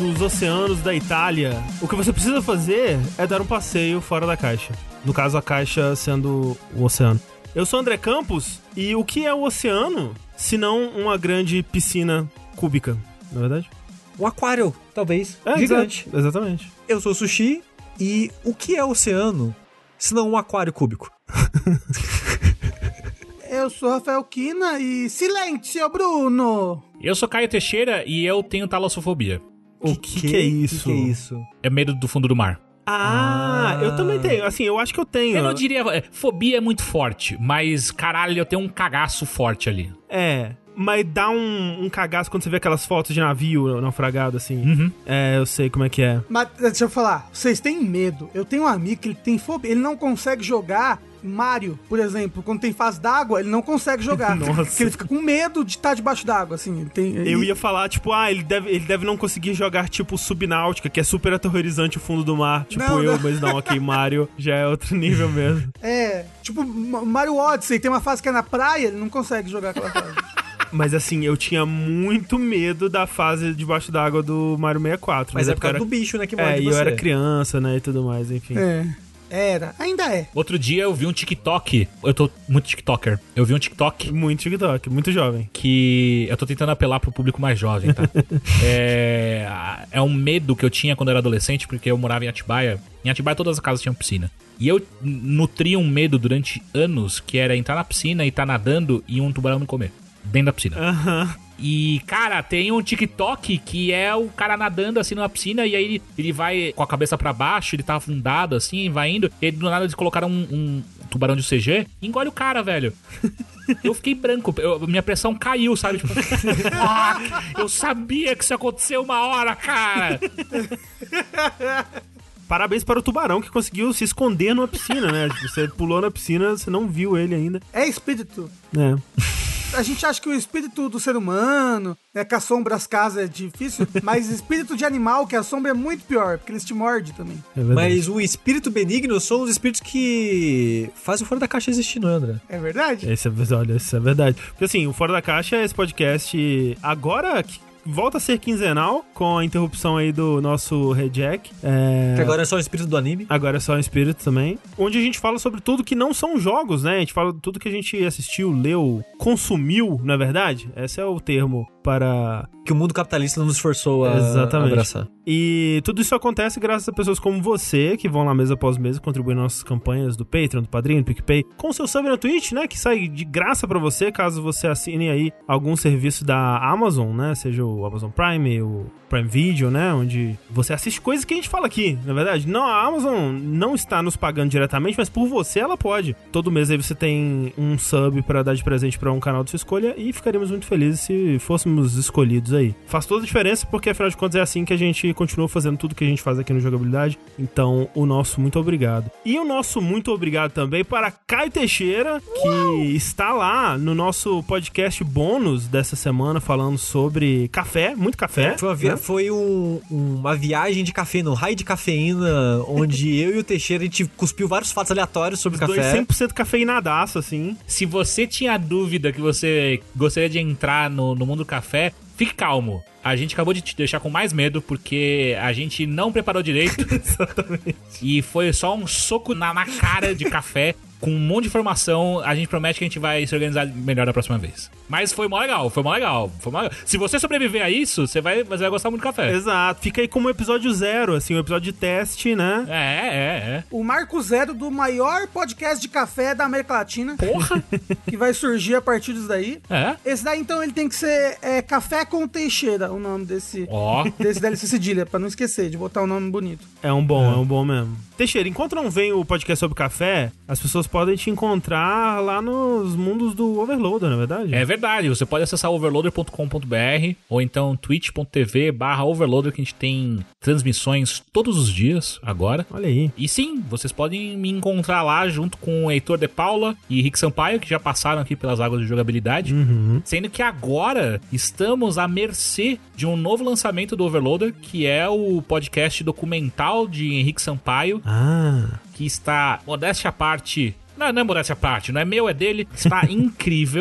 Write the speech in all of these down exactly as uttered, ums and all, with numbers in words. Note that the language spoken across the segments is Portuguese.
nos oceanos da Itália, o que você precisa fazer é dar um passeio fora da caixa. No caso, a caixa sendo o oceano. Eu sou André Campos, e o que é o oceano, se não uma grande piscina cúbica, não é verdade? Um aquário, talvez, é, gigante. Exato, exatamente. Eu sou o Sushi, e o que é o oceano, se não um aquário cúbico? Eu sou Rafael Kina e... Silêncio, Bruno! Eu sou Caio Teixeira e eu tenho talassofobia. O que, que, que é isso? Que, que é isso? É medo do fundo do mar. Ah, ah, eu também tenho. Assim, eu acho que eu tenho. Eu não diria... É, fobia é muito forte, mas, caralho, eu tenho um cagaço forte ali. É, mas dá um, um cagaço quando você vê aquelas fotos de navio naufragado, assim. Uhum. É, eu sei como é que é. Mas, deixa eu falar, vocês têm medo. Eu tenho um amigo que ele tem fobia. Ele não consegue jogar Mario, por exemplo. Quando tem fase d'água, ele não consegue jogar. Nossa. Porque ele fica com medo de estar debaixo d'água, assim. Ele tem, ele... Eu ia falar, tipo, ah, ele deve, ele deve não conseguir jogar, tipo, Subnáutica, que é super aterrorizante o fundo do mar. Tipo não, eu, não. Mas não, ok, Mario já é outro nível mesmo. É, tipo, Mario Odyssey, tem uma fase que é na praia, ele não consegue jogar aquela fase. Mas assim, eu tinha muito medo da fase debaixo d'água do Mario sessenta e quatro. Mas né? é por causa era... do bicho, né, que morde É, você. e eu era criança, né, e tudo mais, enfim. É. Era, ainda é. Outro dia eu vi um TikTok. Eu tô muito TikToker. Eu vi um TikTok. Muito TikTok, muito jovem. Que eu tô tentando apelar pro público mais jovem, tá? é, é um medo que eu tinha quando eu era adolescente, porque eu morava em Atibaia. Em Atibaia todas as casas tinham piscina. E eu nutria um medo durante anos, que era entrar na piscina e tá nadando e um tubarão me comer. Dentro da piscina. Aham. Uhum. E, cara, tem um TikTok que é o cara nadando assim numa piscina e aí ele, ele vai com a cabeça pra baixo, ele tá afundado assim, vai indo. E aí do nada eles colocaram um, um tubarão de C G e engole o cara, velho. Eu fiquei branco, eu, minha pressão caiu, sabe? Tipo, ah, eu sabia que isso ia acontecer uma hora, cara. Parabéns para o tubarão que conseguiu se esconder numa piscina, né? Você pulou na piscina, você não viu ele ainda. É espírito. É. A gente acha que o espírito do ser humano, né, que assombra as casas é difícil, mas espírito de animal que assombra é muito pior, porque eles te mordem também. É mas o espírito benigno são os espíritos que fazem o Fora da Caixa existir, não é, André? É verdade? Esse é, olha, isso é verdade. Porque assim, o Fora da Caixa é esse podcast agora... volta a ser quinzenal, com a interrupção aí do nosso Rejack. É... Que agora é só o espírito do anime. Agora é só o espírito também. Onde a gente fala sobre tudo que não são jogos, né? A gente fala tudo que a gente assistiu, leu, consumiu, não é verdade? Esse é o termo para... que o mundo capitalista não nos forçou a, Exatamente. a abraçar. E tudo isso acontece graças a pessoas como você, que vão lá mês após mês contribuir nas nossas campanhas do Patreon, do Padrinho, do PicPay, com o seu sub na Twitch, né? Que sai de graça pra você, caso você assine aí algum serviço da Amazon, né? Seja o Amazon Prime, o Prime Video, né? Onde você assiste coisas que a gente fala aqui, na verdade. Não, a Amazon não está nos pagando diretamente, mas por você ela pode. Todo mês aí você tem um sub pra dar de presente pra um canal de sua escolha e ficaríamos muito felizes se fôssemos escolhidos aí. Faz toda a diferença porque, afinal de contas, é assim que a gente continua fazendo tudo que a gente faz aqui no Jogabilidade. Então, o nosso muito obrigado. E o nosso muito obrigado também para Caio Teixeira, que Uau! Está lá no nosso podcast bônus dessa semana falando sobre café, muito café. Foi, uma, via- né? foi um, uma viagem de café, no raio de cafeína, onde eu e o Teixeira, a gente cuspiu vários fatos aleatórios sobre Os café. dois cem por cento cafeinadaço, assim. Se você tinha dúvida que você gostaria de entrar no, no mundo do café, fique calmo. A gente acabou de te deixar com mais medo porque a gente não preparou direito. Exatamente. E foi só um soco na, na cara de café. Com um monte de informação, a gente promete que a gente vai se organizar melhor da próxima vez. Mas foi mó legal, foi mó legal, foi mó legal. Se você sobreviver a isso, você vai, você vai gostar muito do café. Exato. Fica aí como episódio zero, assim, um episódio de teste, né? É, é, é. O marco zero do maior podcast de café da América Latina. Porra! Que vai surgir a partir disso daí. É. Esse daí, então, ele tem que ser é, Café com Teixeira, o nome desse, Ó. desse D L C cedilha, pra não esquecer de botar um nome bonito. É um bom, é. é um bom mesmo. Teixeira, enquanto não vem o podcast sobre café, as pessoas podem te encontrar lá nos mundos do Overloader, não é verdade? É verdade, você pode acessar overloader ponto com ponto b r ou então twitch ponto t v barra overloader, que a gente tem transmissões todos os dias agora. Olha aí. E sim, vocês podem me encontrar lá junto com o Heitor de Paula e Rick Sampaio, que já passaram aqui pelas águas de jogabilidade. Uhum. Sendo que agora estamos à mercê de um novo lançamento do Overloader, que é o podcast documental de Henrique Sampaio, Ah. que está, modéstia à parte... Não, não é modéstia à parte, não é meu, é dele. Está incrível.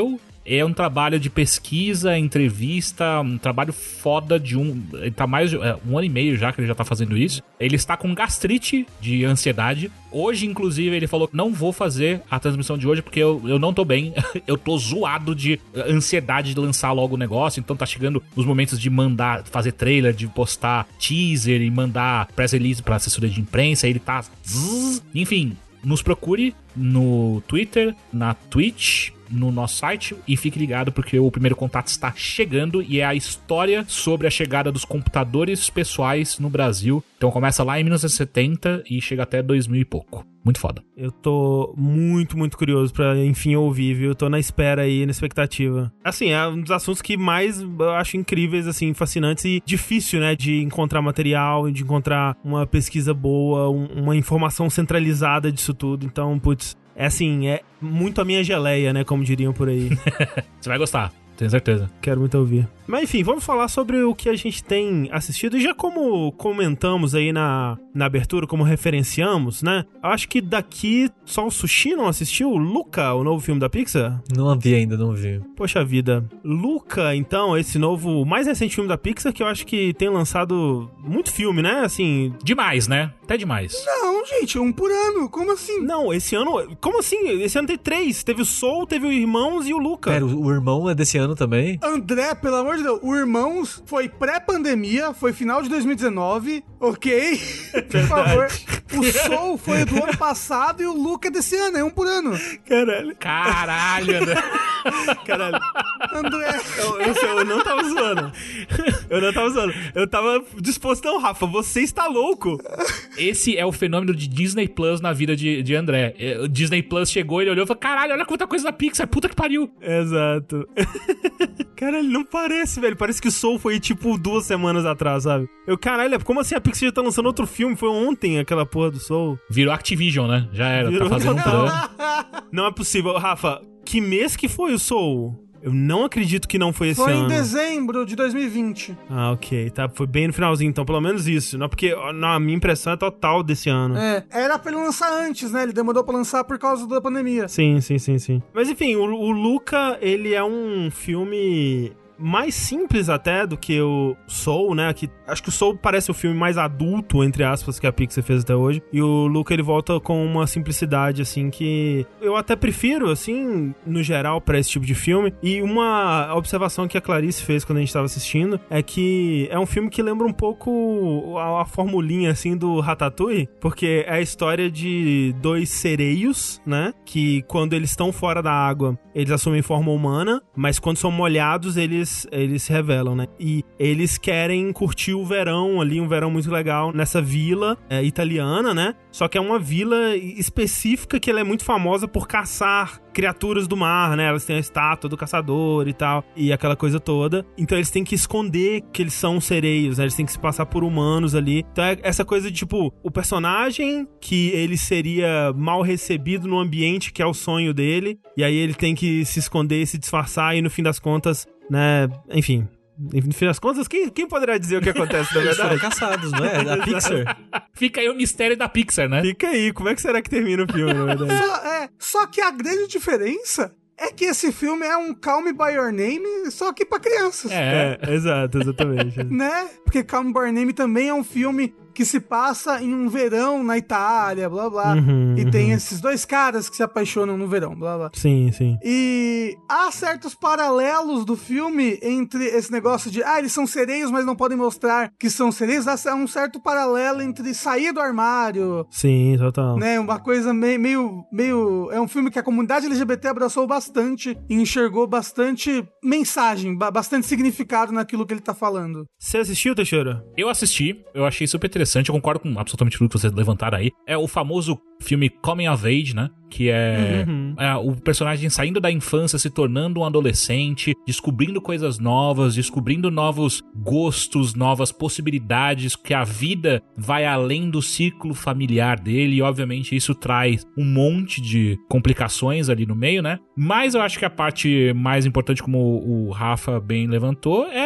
É um trabalho de pesquisa, entrevista, um trabalho foda de um... Ele tá mais de é, um ano e meio já que ele já tá fazendo isso. Ele está com gastrite de ansiedade. Hoje, inclusive, ele falou que não vou fazer a transmissão de hoje porque eu, eu não tô bem. Eu tô zoado de ansiedade de lançar logo o negócio. Então tá chegando os momentos de mandar, fazer trailer, de postar teaser e mandar press release pra assessoria de imprensa. Ele tá... Zzz. Enfim, nos procure no Twitter, na Twitch, no nosso site e fique ligado porque o Primeiro Contato está chegando e é a história sobre a chegada dos computadores pessoais no Brasil. Então começa lá em mil novecentos e setenta e chega até dois mil e pouco. Muito foda. Eu tô muito, muito curioso pra, enfim, ouvir, viu? Eu tô na espera aí, na expectativa. Assim, é um dos assuntos que mais eu acho incríveis, assim, fascinantes e difícil, né? De encontrar material, de encontrar uma pesquisa boa, um, uma informação centralizada disso tudo. Então, putz, é assim, é muito a minha geleia, né? Como diriam por aí. Você vai gostar. Tenho certeza. Quero muito ouvir. Mas enfim, vamos falar sobre o que a gente tem assistido. E já como comentamos aí na, na abertura, como referenciamos, né? Eu acho que daqui só o Sushi não assistiu Luca, o novo filme da Pixar? Não vi ainda, não vi. Poxa vida. Luca, então, esse novo, o mais recente filme da Pixar, que eu acho que tem lançado muito filme, né? Assim... Demais, né? Até demais. Não, gente, um por ano. Como assim? Não, esse ano... Como assim? Esse ano tem três. Teve o Soul, teve o Irmãos e o Luca. Pera, o, o irmão é desse ano também? André, pelo amor de Deus, o Irmãos foi pré-pandemia, foi final de dois mil e dezenove, ok? Por favor. O Soul foi do ano passado e o Luca é desse ano, é um por ano. Caralho. Caralho, André. Caralho. André. Eu, eu, eu não tava zoando. Eu não tava zoando. Eu tava disposto, não, Rafa, você está louco. Esse é o fenômeno de Disney Plus na vida de, de André. O Disney Plus chegou, ele olhou e falou, caralho, olha quanta coisa da Pixar, puta que pariu. Exato. Caralho, não parece, velho. Parece que o Soul foi, tipo, duas semanas atrás, sabe? Eu, caralho, como assim a Pixar já tá lançando outro filme? Foi ontem aquela porra do Soul. Virou Activision, né? Já era, Virou... tá fazendo um plano. Não é possível. Rafa, que mês que foi o Soul? Eu não acredito que não foi esse foi ano. Foi em dezembro de dois mil e vinte. Ah, ok. Tá, foi bem no finalzinho, então pelo menos isso. Não, porque na minha impressão é total desse ano. É, era pra ele lançar antes, né? Ele demorou pra lançar por causa da pandemia. Sim, sim, sim, sim. Mas enfim, o, o Luca, ele é um filme... mais simples até do que o Soul, né? Que, acho que o Soul parece o filme mais adulto, entre aspas, que a Pixar fez até hoje. E o Luca, ele volta com uma simplicidade, assim, que eu até prefiro, assim, no geral, pra esse tipo de filme. E uma observação que a Clarice fez quando a gente tava assistindo é que é um filme que lembra um pouco a, a formulinha, assim, do Ratatouille, porque é a história de dois sereios, né? Que quando eles estão fora da água, eles assumem forma humana, mas quando são molhados, eles eles se revelam, né? E eles querem curtir o verão ali, um verão muito legal nessa vila é, italiana, né? Só que é uma vila específica que ela é muito famosa por caçar criaturas do mar, né? Elas têm a estátua do caçador e tal, e aquela coisa toda. Então eles têm que esconder que eles são sereios, né? Eles têm que se passar por humanos ali. Então é essa coisa de, tipo, o personagem que ele seria mal recebido no ambiente que é o sonho dele, e aí ele tem que se esconder, se disfarçar, e no fim das contas, né, enfim... No fim das contas, quem, quem poderá dizer o que acontece, na Eles verdade? foram caçados, não é? Da Pixar. Fica aí o mistério da Pixar, né? Fica aí, como é que será que termina o filme, na verdade? Só, é, só que a grande diferença é que esse filme é um Call Me By Your Name, só que pra crianças. É, É, exato, exatamente. Né? Porque Call Me By Your Name também é um filme que se passa em um verão na Itália, blá blá. Uhum, e uhum. tem esses dois caras que se apaixonam no verão, blá blá. Sim, sim. E há certos paralelos do filme entre esse negócio de, ah, eles são sereios, mas não podem mostrar que são sereios. Há um certo paralelo entre sair do armário, Sim, total. né? Uma coisa meio, meio, meio... É um filme que a comunidade L G B T abraçou bastante e enxergou bastante mensagem, ba- bastante significado naquilo que ele tá falando. Você assistiu, Teixeira? eu assisti, eu achei super interessante, eu concordo com absolutamente tudo que vocês levantaram aí. É o famoso filme Coming of Age, né? Que é, Uhum. é o personagem saindo da infância, se tornando um adolescente, descobrindo coisas novas, descobrindo novos gostos, novas possibilidades, que a vida vai além do círculo familiar dele, e obviamente isso traz um monte de complicações ali no meio, né? Mas eu acho que a parte mais importante, como o Rafa bem levantou, é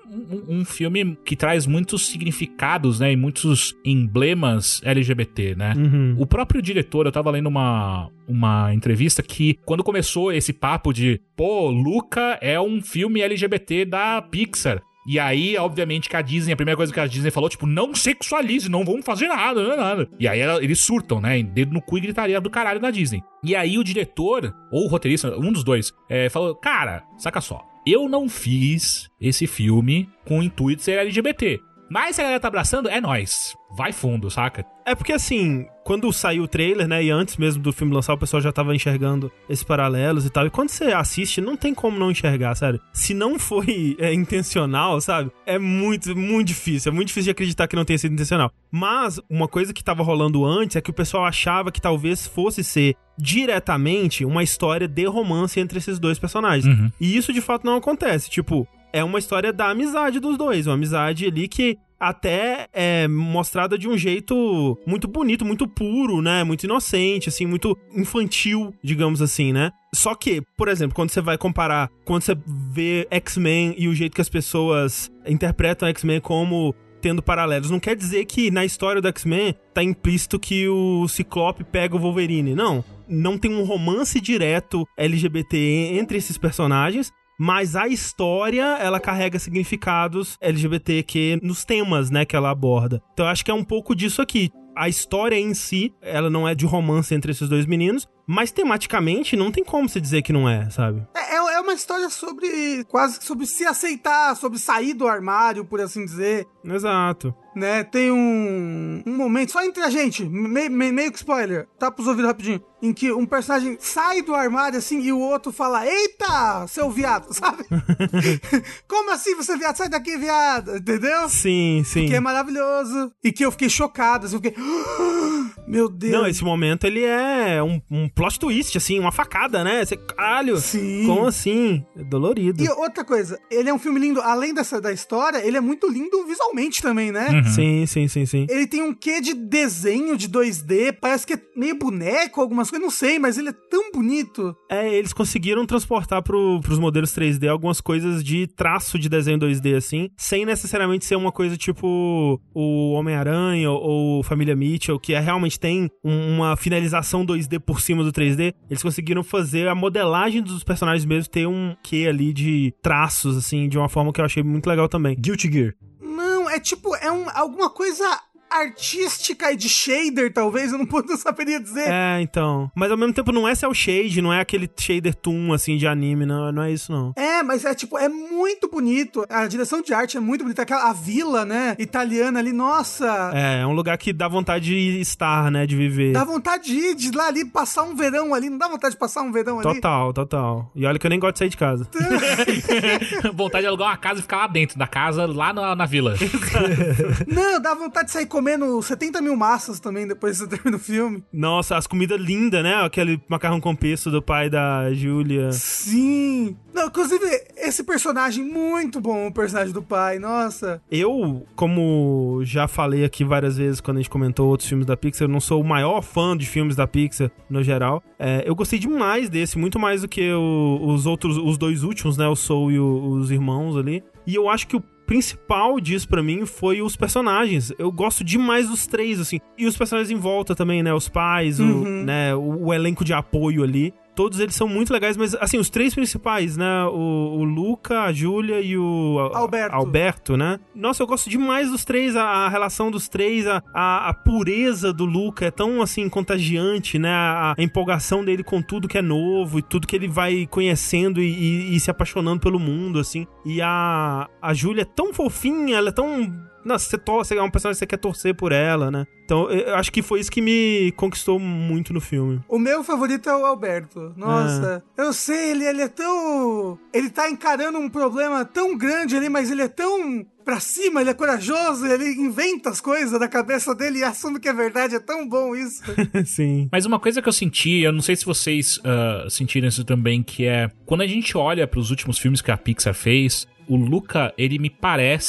um, um filme que traz muitos significados, né, e muitos emblemas L G B T, né? Uhum. O próprio diretor, eu tava lendo uma, uma entrevista que quando começou esse papo de, pô, Luca é um filme L G B T da Pixar. E aí, obviamente, que a Disney, a primeira coisa que a Disney falou, tipo, não sexualize, não vamos fazer nada, não é nada. E aí eles surtam, né? Dedo no cu e gritaria do caralho da Disney. E aí o diretor, ou o roteirista, um dos dois, é, falou, cara, saca só, eu não fiz esse filme com o intuito de ser L G B T. Mas se a galera tá abraçando, é nóis. Vai fundo, saca? É porque, assim, quando saiu o trailer, né, e antes mesmo do filme lançar, o pessoal já tava enxergando esses paralelos e tal. E quando você assiste, não tem como não enxergar, sério. Se não foi é, intencional, sabe? É muito, muito difícil. É muito difícil de acreditar que não tenha sido intencional. Mas uma coisa que tava rolando antes é que o pessoal achava que talvez fosse ser diretamente uma história de romance entre esses dois personagens. Uhum. E isso, de fato, não acontece. Tipo, é uma história da amizade dos dois. Uma amizade ali que até é mostrada de um jeito muito bonito, muito puro, né? Muito inocente, assim, muito infantil, digamos assim, né? Só que, por exemplo, quando você vai comparar, quando você vê X-Men e o jeito que as pessoas interpretam X-Men como tendo paralelos, não quer dizer que na história do X-Men tá implícito que o Ciclope pega o Wolverine. Não. Não tem um romance direto L G B T entre esses personagens, mas a história, ela carrega significados L G B T Q nos temas, né, que ela aborda. Então eu acho que é um pouco disso aqui. A história em si, ela não é de romance entre esses dois meninos, mas tematicamente não tem como você dizer que não é, sabe? É, é uma história sobre, quase sobre se aceitar, sobre sair do armário, por assim dizer. Exato. Né, tem um, um momento, só entre a gente, me, me, meio que spoiler, tá pros ouvidos rapidinho, em que um personagem sai do armário assim e o outro fala, eita, seu viado, sabe? Como assim você é viado? Sai daqui, viado, entendeu? Sim, sim. Que é maravilhoso. E que eu fiquei chocado, assim, eu fiquei, meu Deus. Não, esse momento ele é um, um plot twist, assim, uma facada, né? Você, caralho, sim. Como assim? É dolorido. E outra coisa, ele é um filme lindo, além dessa da história, ele é muito lindo visualmente também, né? Uhum. Sim, sim, sim, sim. Ele tem um quê de desenho de dois D, parece que é meio boneco, algumas coisas, não sei, mas ele é tão bonito. É, eles conseguiram transportar pro, pros modelos três D algumas coisas de traço de desenho dois D, assim, sem necessariamente ser uma coisa tipo o Homem-Aranha ou, ou Família Mitchell, que é, realmente tem um, uma finalização dois D por cima do três D. Eles conseguiram fazer a modelagem dos personagens mesmo ter um quê ali de traços, assim, de uma forma que eu achei muito legal também. Guilty Gear. Não, é tipo, é um, alguma coisa artística e de shader, talvez, eu não, não saberia dizer. É, então. Mas ao mesmo tempo não é cel shade, não é aquele shader toon, assim, de anime, não, não é isso, não. É, mas é tipo, é muito bonito. A direção de arte é muito bonita. Aquela, a vila, né, italiana ali, nossa. É, é um lugar que dá vontade de estar, né, de viver. Dá vontade de ir, de ir lá ali, passar um verão ali. Não dá vontade de passar um verão ali? Total, total. E olha que eu nem gosto de sair de casa. Vontade de alugar uma casa e ficar lá dentro da casa, lá na, na vila. Não, dá vontade de sair comendo setenta mil massas também depois que você termina o filme. Nossa, as comidas lindas, né? Aquele macarrão com pesto do pai da Júlia. Sim. Não, inclusive, esse personagem, muito bom, o personagem do pai, nossa. Eu, como já falei aqui várias vezes quando a gente comentou outros filmes da Pixar, eu não sou o maior fã de filmes da Pixar, no geral. É, eu gostei demais desse, muito mais do que o, os outros, os dois últimos, né? O Soul e o, os irmãos ali. E eu acho que o principal disso pra mim foi os personagens. Eu gosto demais dos três, assim. E os personagens em volta também, né? Os pais, uhum. o, né? o, o elenco de apoio ali. Todos eles são muito legais, mas, assim, os três principais, né? O, o Luca, a Júlia e o Alberto. Alberto, né? Nossa, eu gosto demais dos três, a, a relação dos três, a, a, a pureza do Luca é tão, assim, contagiante, né? A, a empolgação dele com tudo que é novo e tudo que ele vai conhecendo e, e, e se apaixonando pelo mundo, assim. E a, a Júlia é tão fofinha, ela é tão... Nossa, você torce, é uma personagem que você quer torcer por ela, né? Então, eu acho que foi isso que me conquistou muito no filme. O meu favorito é o Alberto. Nossa, é. eu sei, ele, ele é tão... Ele tá encarando um problema tão grande ali, mas ele é tão pra cima, ele é corajoso, ele inventa as coisas da cabeça dele e assume que é verdade. É tão bom isso. Sim. Mas uma coisa que eu senti, eu não sei se vocês uh, sentiram isso também, que é... Quando a gente olha pros últimos filmes que a Pixar fez, o Luca, ele me parece...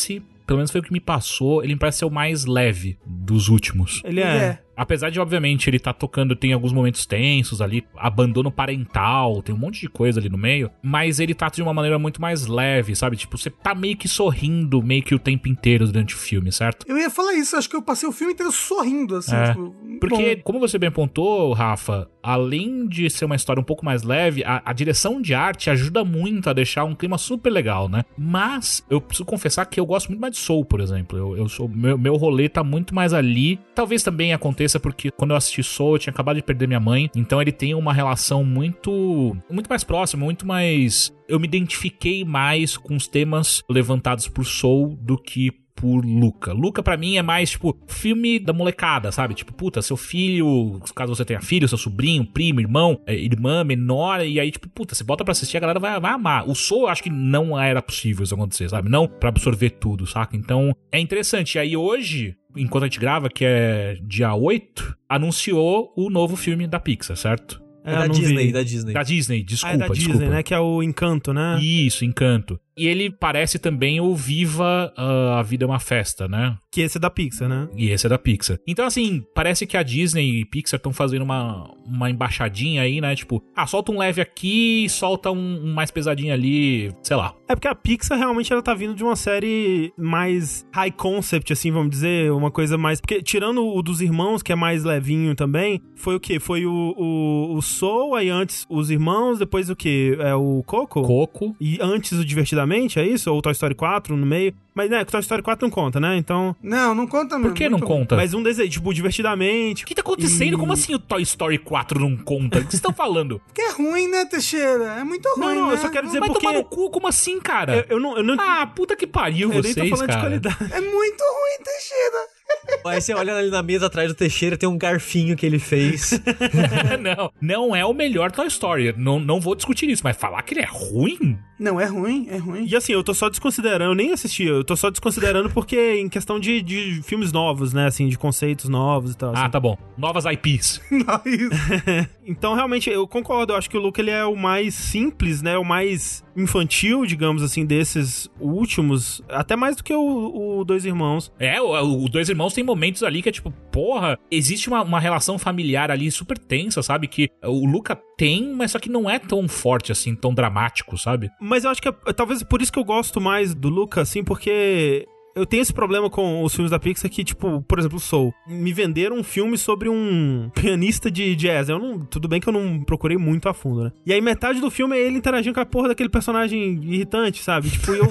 pelo menos foi o que me passou, ele me parece ser o mais leve dos últimos. Ele é. Apesar de, obviamente, ele tá tocando, tem alguns momentos tensos ali, abandono parental, tem um monte de coisa ali no meio, mas ele trata de uma maneira muito mais leve, sabe? Tipo, você tá meio que sorrindo meio que o tempo inteiro durante o filme, certo? Eu ia falar isso, acho que eu passei o filme inteiro sorrindo, assim, É. tipo, Porque, bom. como você bem apontou, Rafa, além de ser uma história um pouco mais leve, a, a direção de arte ajuda muito a deixar um clima super legal, né? Mas eu preciso confessar que eu gosto muito mais de Soul, por exemplo. Eu, eu sou, meu, meu rolê tá muito mais ali. Talvez também aconteça porque quando eu assisti Soul, eu tinha acabado de perder minha mãe. Então ele tem uma relação muito, muito mais próxima, muito mais... Eu me identifiquei mais com os temas levantados por Soul do que por Luca. Luca, pra mim, é mais, tipo, filme da molecada, sabe? Tipo, puta, seu filho, caso você tenha filho, seu sobrinho, primo, irmão, irmã, menor, e aí, tipo, puta, você bota pra assistir, a galera vai, vai amar. O Soul, eu acho que não era possível isso acontecer, sabe? Não pra absorver tudo, saca? Então, é interessante. E aí, hoje, enquanto a gente grava, que é dia oito, anunciou o novo filme da Pixar, certo? É, É, da eu não Disney, vi. da Disney. Da Disney, desculpa, Ah, é da Disney, desculpa. né? Que é o Encanto, né? Isso, Encanto. E ele parece também o Viva, uh, A Vida é uma Festa, né? Que esse é da Pixar, né? E esse é da Pixar. Então, assim, parece que a Disney e Pixar estão fazendo uma, uma embaixadinha aí, né? Tipo, ah, solta um leve aqui, solta um, um mais pesadinho ali, sei lá. É porque a Pixar realmente ela tá vindo de uma série mais high concept, assim, vamos dizer, uma coisa mais... Porque tirando o dos irmãos, que é mais levinho também, foi o quê? Foi o, o, o Soul, aí antes os irmãos, depois o quê? É o Coco? Coco. E antes o Divertidamente, é isso? Ou o Toy Story quatro no meio? Mas, né, o Toy Story quatro não conta, né? Então... Não, não conta mesmo. Por que não muito ruim. conta? Mas um desses aí, tipo, Divertidamente... O que tá acontecendo? E- Como assim o Toy Story quatro não conta? O que vocês estão falando? Porque é ruim, né, Teixeira? É muito ruim, Não, não, né? eu só quero dizer Vai porque... tomar no cu, como assim, cara? Eu, eu não... Eu não Ah, puta que pariu eu nem vocês, tô falando cara. de qualidade. É muito ruim, Teixeira. Aí você olha ali na mesa atrás do Teixeira, tem um garfinho que ele fez. não, não é o melhor Toy Story. Não, não vou discutir isso, mas falar que ele é ruim? Não, é ruim, é ruim. E assim, eu tô só desconsiderando, eu nem assisti, eu tô só desconsiderando porque em questão de, de filmes novos, né, assim, de conceitos novos e tal. Ah, assim. tá bom. Novas I Ps. Não, isso. Então, realmente, eu concordo, eu acho que o Luke, ele é o mais simples, né, o mais infantil, digamos assim, desses últimos, até mais do que o, o Dois Irmãos. É, o, o Dois Irmãos tem momentos ali que é tipo, porra, existe uma, uma relação familiar ali super tensa, sabe? Que o Luca tem, mas só que não é tão forte assim, tão dramático, sabe? Mas eu acho que é, talvez por isso que eu gosto mais do Luca, assim, porque... Eu tenho esse problema com os filmes da Pixar que, tipo, por exemplo, Soul. Me venderam um filme sobre um pianista de jazz. Eu não, tudo bem que eu não procurei muito a fundo, né? E aí metade do filme é ele interagindo com a porra daquele personagem irritante, sabe? Tipo, eu...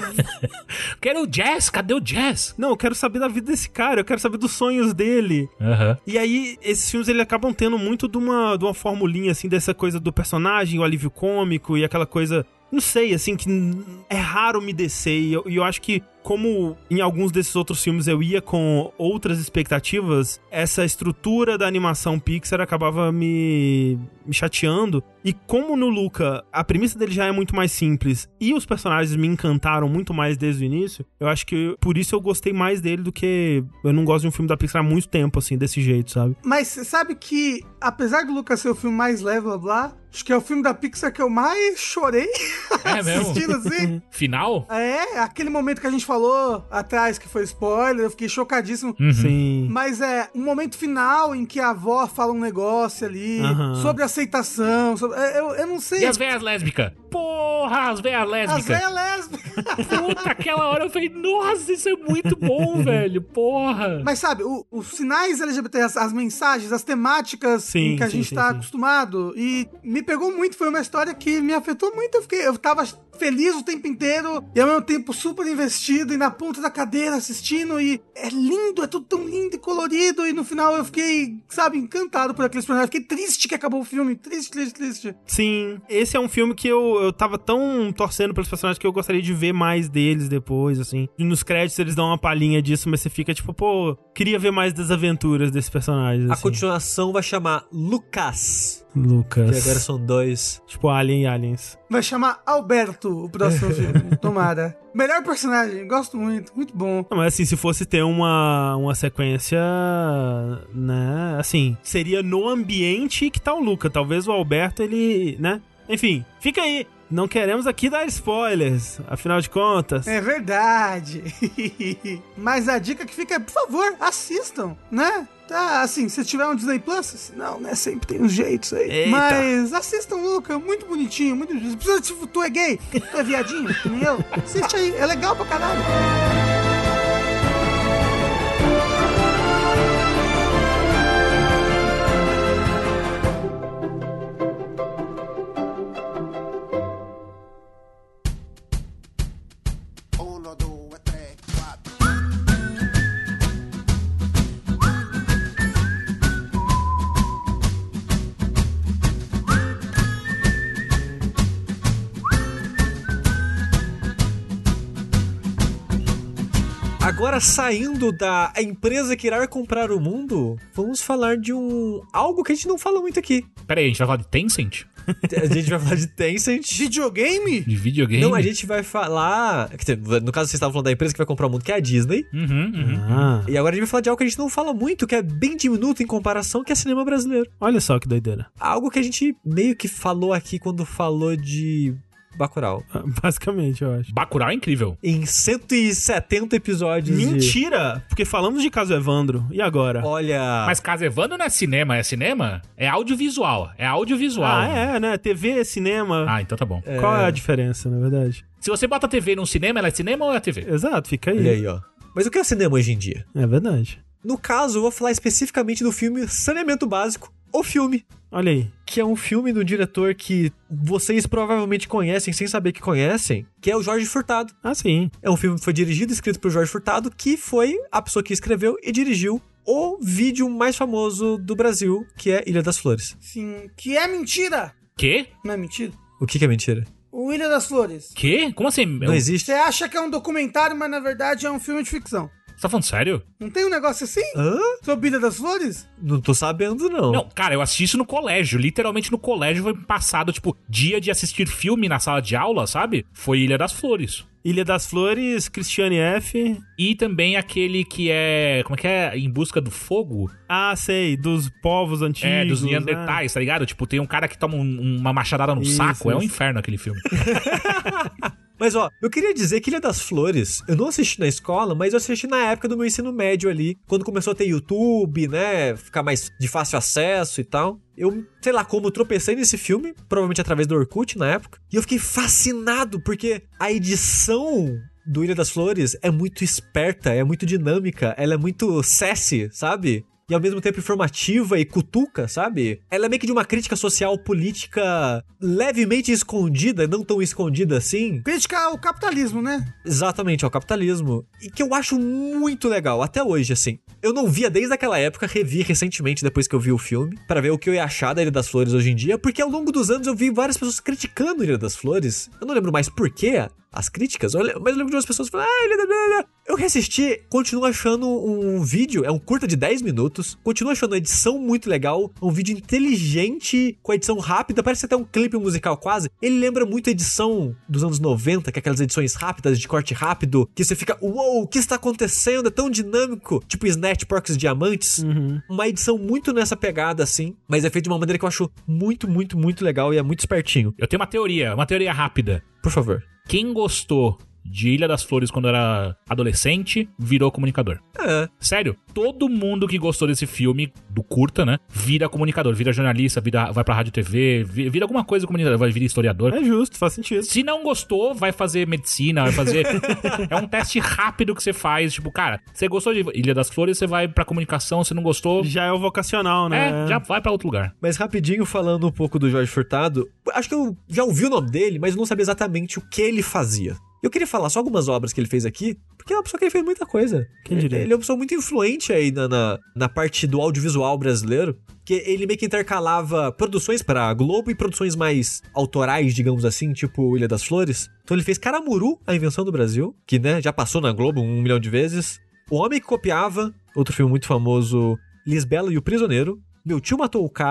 Quero o jazz, cadê o jazz? Não, eu quero saber da vida desse cara, eu quero saber dos sonhos dele. Aham. E aí, esses filmes, eles acabam tendo muito de uma, de uma formulinha, assim, dessa coisa do personagem, o alívio cômico e aquela coisa... Não sei, assim, que é raro me descer. E eu, e eu acho que, como em alguns desses outros filmes eu ia com outras expectativas, essa estrutura da animação Pixar acabava me, me chateando. E como no Luca, a premissa dele já é muito mais simples e os personagens me encantaram muito mais desde o início, eu acho que por isso eu gostei mais dele do que... Eu não gosto de um filme da Pixar há muito tempo, assim, desse jeito, sabe? Mas você sabe que, apesar do Lucas ser o filme mais leve, blá, blá, acho que é o filme da Pixar que eu mais chorei É mesmo? assistindo, assim. Final? É, aquele momento que a gente falou atrás, que foi spoiler, eu fiquei chocadíssimo. Uhum. Sim. Mas é um momento final em que a avó fala um negócio ali Aham. sobre aceitação, sobre, é, eu, eu não sei. E as velhas lésbicas? Porra, as velhas As lésbicas. velhas lésbicas. Puta, aquela hora eu falei, nossa, isso é muito bom, velho. Porra. Mas sabe, o- os sinais L G B T, as, as mensagens, as temáticas Sim, em que a sim, gente sim, tá sim. acostumado. E me pegou muito, foi uma história que me afetou muito. Eu fiquei, eu tava feliz o tempo inteiro e ao mesmo tempo super investido e na ponta da cadeira assistindo. E é lindo, é tudo tão lindo e colorido. E no final eu fiquei, sabe, encantado por aqueles personagens. Fiquei triste que acabou o filme. Triste, triste, triste. Sim, esse é um filme que eu, eu tava tão torcendo pelos personagens que eu gostaria de ver mais deles depois, assim. E nos créditos eles dão uma palhinha disso, mas você fica tipo, pô, queria ver mais das aventuras desses personagens, A assim. continuação vai chamar Lucas. Lucas. Que agora são dois. Tipo Alien e Aliens. Vai chamar Alberto o próximo filme. Tomara. Melhor personagem, gosto muito, muito bom. Não, mas assim, se fosse ter uma, uma sequência, né, assim, seria no ambiente que tá o Luca. Talvez o Alberto, ele, né? Enfim, fica aí Não queremos aqui dar spoilers, afinal de contas. É verdade. Mas a dica que fica é, por favor, assistam, né? Tá, assim, se tiver um Disney Plus, não, né? Sempre tem uns jeitos aí. Eita. Mas assistam, Luca, muito bonitinho, muito bonitinho. Precisa, tipo, tu é gay, tu é viadinho, que nem eu. Assiste aí, é legal pra caralho. Agora, saindo da empresa que irá comprar o mundo, vamos falar de um... algo que a gente não fala muito aqui. Pera aí, a gente vai falar de Tencent? A gente vai falar de Tencent. Videogame? De videogame? Não, a gente vai falar... No caso, vocês estavam falando da empresa que vai comprar o mundo, que é a Disney. Uhum, uhum. Ah, E agora a gente vai falar de algo que a gente não fala muito, que é bem diminuto em comparação, que é cinema brasileiro. olha só que doideira. Algo que a gente meio que falou aqui quando falou de Bacurau. Basicamente, eu acho. Bacurau é incrível. Em cento e setenta episódios de... Mentira! Porque falamos de Caso Evandro. E agora? Olha... Mas Casa Evandro não é cinema, é cinema? É audiovisual. É audiovisual. Ah, é, né? T V, cinema. Ah, então tá bom. Qual é a diferença, na verdade? Se você bota a T V num cinema, ela é cinema ou é T V? Exato, fica aí. Olha aí, ó. Mas o que é cinema hoje em dia? É verdade. No caso, eu vou falar especificamente do filme Saneamento Básico, o filme. Olha aí. Que é um filme do diretor que vocês provavelmente conhecem sem saber que conhecem, que é o Jorge Furtado. Ah, sim. É um filme que foi dirigido e escrito por Jorge Furtado, que foi a pessoa que escreveu e dirigiu o vídeo mais famoso do Brasil, que é Ilha das Flores. Sim, que é mentira. Quê? Não é mentira? O que, que é mentira? O Ilha das Flores. Quê? Como assim? Não Eu... existe? Você acha que é um documentário, mas na verdade é um filme de ficção. Você tá falando sério? Não tem um negócio assim? Hã? Sobre Ilha das Flores? Não tô sabendo, não. Não, cara, eu assisti isso no colégio. Literalmente no colégio foi passado, tipo, dia de assistir filme na sala de aula, sabe? Foi Ilha das Flores. Ilha das Flores, Cristiane F. E também aquele que é... Como é que é? Em Busca do Fogo? Ah, sei, dos povos antigos. É, dos né? Neandertais, tá ligado? Tipo, tem um cara que toma um- uma machadada no Isso, saco. É um isso. inferno aquele filme. Mas ó, eu queria dizer que Ilha das Flores, eu não assisti na escola, mas eu assisti na época do meu ensino médio ali, quando começou a ter YouTube, né, ficar mais de fácil acesso e tal. Eu, sei lá como, tropecei nesse filme, provavelmente através do Orkut na época, e eu fiquei fascinado, porque a edição do Ilha das Flores é muito esperta, é muito dinâmica, ela é muito sassy, sabe? E ao mesmo tempo informativa e cutuca, sabe? Ela é meio que de uma crítica social política levemente escondida, não tão escondida assim. Crítica ao capitalismo, né? Exatamente, ao capitalismo. E que eu acho muito legal, até hoje, assim. Eu não via desde aquela época, revi recentemente depois que eu vi o filme, pra ver o que eu ia achar da Ilha das Flores hoje em dia, porque ao longo dos anos eu vi várias pessoas criticando a Ilha das Flores. Eu não lembro mais por quê, as críticas, mas eu lembro de umas pessoas falando, ah, Ilha das... Eu reassisti, continuo achando um vídeo, é um curta de dez minutos, continuo achando a edição muito legal, um vídeo inteligente, com a edição rápida, parece até um clipe musical quase. Ele lembra muito a edição dos anos noventa, que é aquelas edições rápidas, de corte rápido, que você fica, uou, o que está acontecendo? É tão dinâmico, tipo Snatch, Porcos e Diamantes. Uhum. Uma edição muito nessa pegada, assim, mas é feito de uma maneira que eu acho muito, muito, muito legal e é muito espertinho. Eu tenho uma teoria, uma teoria rápida. Por favor. Quem gostou de Ilha das Flores quando era adolescente, virou comunicador. É. Sério, todo mundo que gostou desse filme, do curta, né, vira comunicador, vira jornalista, vira, vai pra rádio T V, vira, vira alguma coisa comunicador, vai virar historiador. É justo, faz sentido. Se não gostou, vai fazer medicina, vai fazer... é um teste rápido que você faz, tipo, cara, você gostou de Ilha das Flores, você vai pra comunicação, se não gostou... Já é o vocacional, né? É, já vai pra outro lugar. Mas rapidinho, falando um pouco do Jorge Furtado, acho que eu já ouvi o nome dele, mas eu não sabia exatamente o que ele fazia. Eu queria falar só algumas obras que ele fez aqui, porque é uma pessoa que ele fez muita coisa. Quem diria? Ele é uma pessoa muito influente aí na, na, na parte do audiovisual brasileiro, que ele meio que intercalava produções para a Globo e produções mais autorais, digamos assim, tipo Ilha das Flores. Então ele fez Caramuru, A Invenção do Brasil, que, né, já passou na Globo um milhão de vezes. O Homem que Copiava, outro filme muito famoso, Lisbela e o Prisioneiro. Meu Tio Matou o Cara,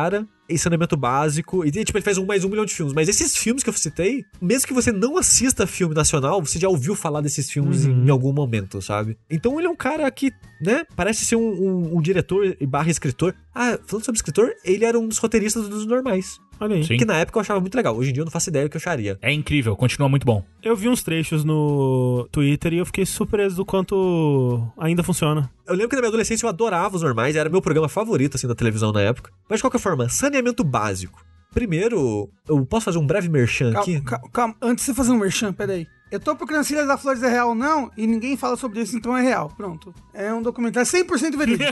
e Saneamento Básico. E, tipo, ele faz um, mais um milhão de filmes. Mas esses filmes que eu citei, mesmo que você não assista filme nacional, você já ouviu falar desses filmes uhum. em, em algum momento, sabe? Então ele é um cara que, né, parece ser um, um, um diretor barra escritor. Ah, falando sobre escritor, ele era um dos roteiristas dos Normais. Olha aí. Que na época eu achava muito legal. Hoje em dia eu não faço ideia do que eu acharia. É incrível, continua muito bom. Eu vi uns trechos no Twitter e eu fiquei surpreso do quanto ainda funciona. Eu lembro que na minha adolescência eu adorava os Normais, era meu programa favorito, assim, da televisão na época. Mas de qualquer forma, Saneamento Básico. Primeiro, eu posso fazer um breve merchan calma, aqui? Calma, calma, antes de você fazer um merchan, peraí. Eu tô procurando se Ilha da Flores é real ou não, e ninguém fala sobre isso, então é real. Pronto. É um documentário cem por cento verídico.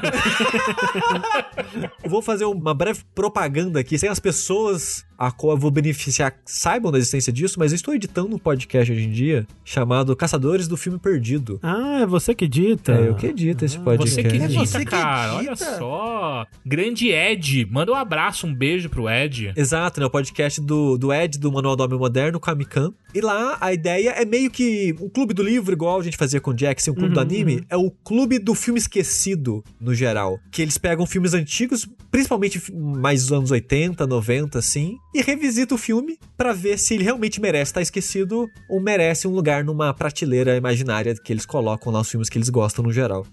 Eu vou fazer uma breve propaganda aqui, sem as pessoas a qual eu vou beneficiar saibam da existência disso, mas eu estou editando um podcast hoje em dia chamado Caçadores do Filme Perdido. Ah, é você que edita? É eu que edito esse podcast. Você que edita, É você que cara. edita? Olha só. Grande Ed. Manda um abraço, um beijo pro Ed. Exato, né? O podcast do, do Ed, do Manual do Homem Moderno, com a Mikan. E lá a ideia é meio que um clube do livro, igual a gente fazia com o Jackson, um clube Uhum, do anime. uhum. É o clube do filme esquecido, no geral. Que eles pegam filmes antigos, principalmente mais dos anos oitenta, noventa, assim, e revisitam o filme pra ver se ele realmente merece estar esquecido ou merece um lugar numa prateleira imaginária que eles colocam lá os filmes que eles gostam no geral.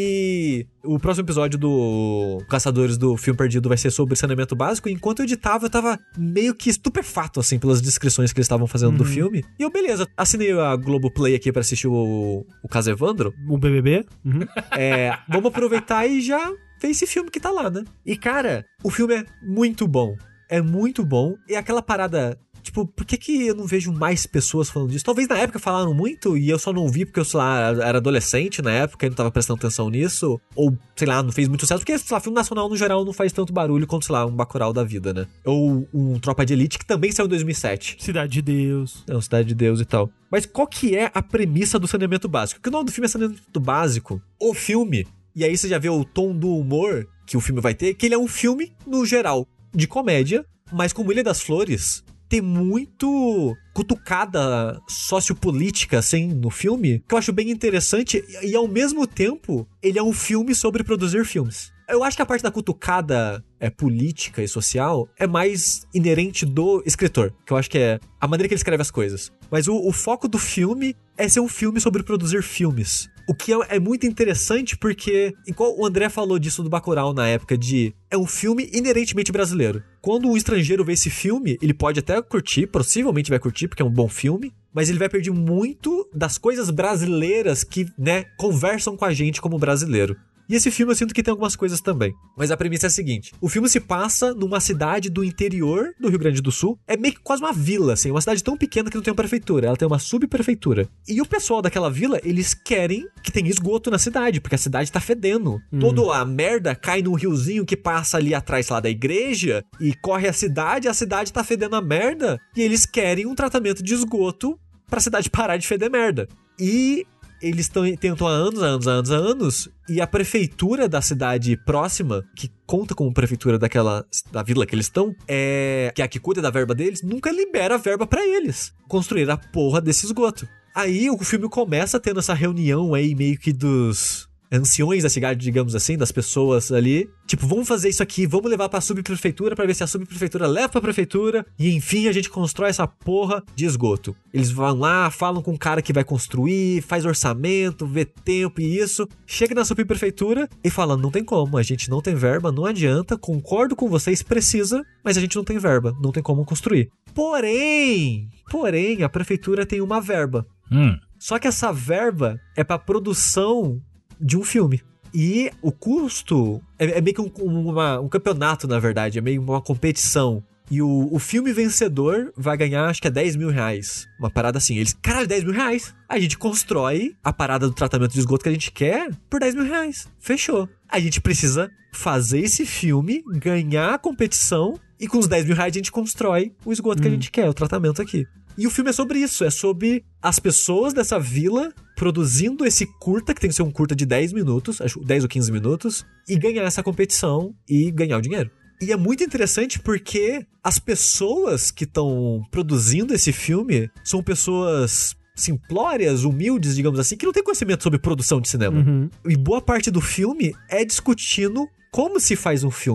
E o próximo episódio do Caçadores do Filme Perdido vai ser sobre saneamento básico. E enquanto eu editava, eu tava meio que estupefato, assim, pelas descrições que eles estavam fazendo Uhum. do filme. E eu, beleza, assinei a Globoplay aqui pra assistir o, o caso Evandro. O B B B? Uhum. É, vamos aproveitar e já ver esse filme que tá lá, né? E, cara, o filme é muito bom. É muito bom. E aquela parada... Tipo, por que que eu não vejo mais pessoas falando disso? Talvez na época falaram muito e eu só não vi porque eu, sei lá, era adolescente na época e não tava prestando atenção nisso. Ou, sei lá, não fez muito sucesso. Porque, sei lá, filme nacional no geral não faz tanto barulho quanto, sei lá, um Bacurau da vida, né? Ou um Tropa de Elite que também saiu em dois mil e sete. Cidade de Deus. Não, Cidade de Deus e tal. Mas qual que é a premissa do Saneamento Básico? Porque o nome do filme é Saneamento Básico. O filme, e aí você já vê o tom do humor que o filme vai ter, que ele é um filme, no geral, de comédia, mas como Ilha das Flores... tem muito cutucada sociopolítica, assim, no filme, que eu acho bem interessante, e, e ao mesmo tempo, ele é um filme sobre produzir filmes. Eu acho que a parte da cutucada é, política e social é mais inerente do escritor, que eu acho que é a maneira que ele escreve as coisas. Mas o, o foco do filme é ser um filme sobre produzir filmes. O que é, é muito interessante porque, igual o André falou disso do Bacurau na época, de é um filme inerentemente brasileiro. Quando um estrangeiro vê esse filme, ele pode até curtir, possivelmente vai curtir, porque é um bom filme, mas ele vai perder muito das coisas brasileiras que, né, conversam com a gente como brasileiro. E esse filme eu sinto que tem algumas coisas também. Mas a premissa é a seguinte. O filme se passa numa cidade do interior do Rio Grande do Sul. É meio que quase uma vila, assim. Uma cidade tão pequena que não tem uma prefeitura. Ela tem uma subprefeitura. E o pessoal daquela vila, eles querem que tenha esgoto na cidade. Porque a cidade tá fedendo. Hum. Toda a merda cai num riozinho que passa ali atrás lá da igreja. E corre a cidade. A cidade tá fedendo a merda. E eles querem um tratamento de esgoto pra cidade parar de feder merda. E... eles tão, tentam há anos, há anos, há anos, há anos, e a prefeitura da cidade próxima, que conta como prefeitura daquela, da vila que eles estão, é, que é a que cuida da verba deles, nunca libera a verba pra eles construir a porra desse esgoto. Aí o filme começa tendo essa reunião aí meio que dos anciões da cidade, digamos assim, das pessoas ali. Tipo, vamos fazer isso aqui, vamos levar pra subprefeitura pra ver se a subprefeitura leva pra prefeitura e enfim a gente constrói essa porra de esgoto. Eles vão lá, falam com o cara que vai construir, faz orçamento, vê tempo e isso. Chega na subprefeitura e fala, não tem como, a gente não tem verba, não adianta, concordo com vocês, precisa, mas a gente não tem verba, não tem como construir. Porém, porém, a prefeitura tem uma verba. Hum. Só que essa verba é pra produção de um filme. E o custo é, é meio que um, uma, um campeonato, na verdade. É meio uma competição. E o, o filme vencedor vai ganhar, acho que é dez mil reais. Uma parada assim. Eles, caralho, dez mil reais. A gente constrói a parada do tratamento de esgoto que a gente quer por dez mil reais. Fechou. A gente precisa fazer esse filme, ganhar a competição. E com os dez mil reais a gente constrói o esgoto hum. que a gente quer, o tratamento aqui. E o filme é sobre isso, é sobre as pessoas dessa vila produzindo esse curta, que tem que ser um curta de dez minutos, acho dez ou quinze minutos, e ganhar essa competição e ganhar o dinheiro. E é muito interessante porque as pessoas que estão produzindo esse filme são pessoas simplórias, humildes, digamos assim, que não têm conhecimento sobre produção de cinema. Uhum. E boa parte do filme é discutindo como se faz um filme.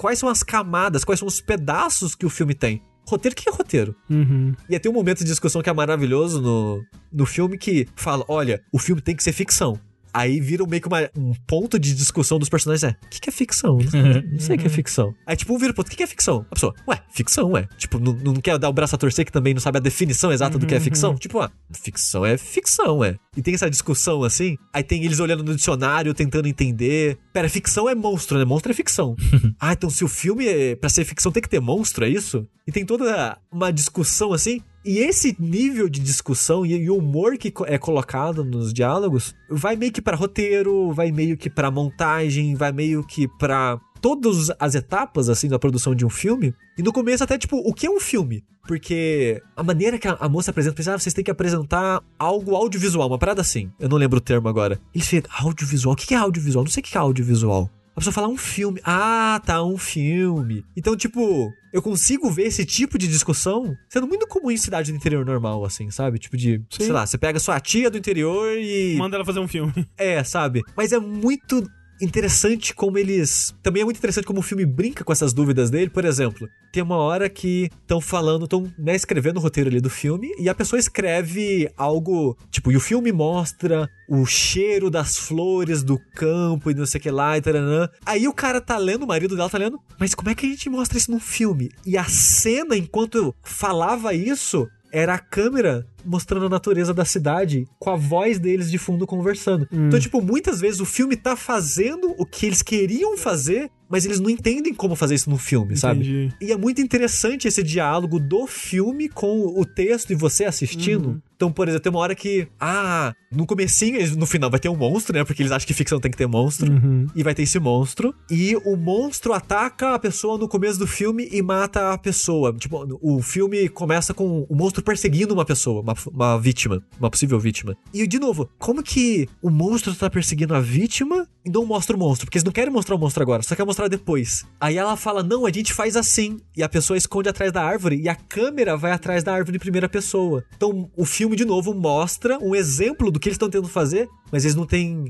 quais são as camadas, quais são os pedaços que o filme tem. Roteiro, o que é roteiro? Uhum. E tem um momento de discussão que é maravilhoso no, no filme que fala, olha, o filme tem que ser ficção. Aí vira meio que uma, um ponto de discussão dos personagens. É, o que, que é ficção? Não, não sei o que é ficção. Aí, tipo, um vira ponto, o que, que é ficção? A pessoa, ué, ficção, ué. Tipo, não, não quer dar o braço a torcer que também não sabe a definição exata do que é ficção. Tipo, ah, ficção é ficção, ué. E tem essa discussão, assim. Aí tem eles olhando no dicionário, tentando entender. Pera, ficção é monstro, né? Monstro é ficção. Ah, então se o filme, é, pra ser ficção, tem que ter monstro, é isso? E tem toda uma discussão, assim. E esse nível de discussão e o humor que é colocado nos diálogos vai meio que pra roteiro, vai meio que pra montagem, vai meio que pra todas as etapas, assim, da produção de um filme. E no começo até, tipo, o que é um filme? Porque a maneira que a, a moça apresenta, pensa, ah, vocês têm que apresentar algo audiovisual, uma parada assim. Eu não lembro o termo agora. Eles ficam, audiovisual? O que é audiovisual? Não sei o que é audiovisual. A pessoa fala um filme. Ah, tá, um filme. Então, tipo, eu consigo ver esse tipo de discussão sendo muito comum em cidade do interior normal, assim, sabe? Tipo de, Sim. sei lá, você pega sua tia do interior e... manda ela fazer um filme. É, sabe? Mas é muito interessante como eles... Também é muito interessante como o filme brinca com essas dúvidas dele. Por exemplo, tem uma hora que estão falando, estão, né, escrevendo o roteiro ali do filme e a pessoa escreve algo, tipo, e o filme mostra o cheiro das flores do campo e não sei o que lá e taranã. Aí o cara tá lendo, o marido dela tá lendo, mas como é que a gente mostra isso num filme? E a cena, enquanto eu falava isso, era a câmera mostrando a natureza da cidade com a voz deles de fundo conversando. Hum. Então, tipo, muitas vezes o filme tá fazendo o que eles queriam fazer, mas eles não entendem como fazer isso no filme, sabe? Entendi. E é muito interessante esse diálogo do filme com o texto e você assistindo. Uhum. Então, por exemplo, tem uma hora que, ah, no comecinho, no final vai ter um monstro, né? Porque eles acham que ficção tem que ter monstro. Uhum. E vai ter esse monstro. E o monstro ataca a pessoa no começo do filme e mata a pessoa. Tipo, o filme começa com o monstro perseguindo uma pessoa, uma, uma vítima, uma possível vítima. E, de novo, como que o monstro tá perseguindo a vítima e não mostra o monstro? Porque eles não querem mostrar o monstro agora, só quer mostrar depois. Aí ela fala, não, a gente faz assim. E a pessoa esconde atrás da árvore e a câmera vai atrás da árvore em primeira pessoa. Então, o filme, de novo, mostra um exemplo do que eles estão tentando fazer, mas eles não têm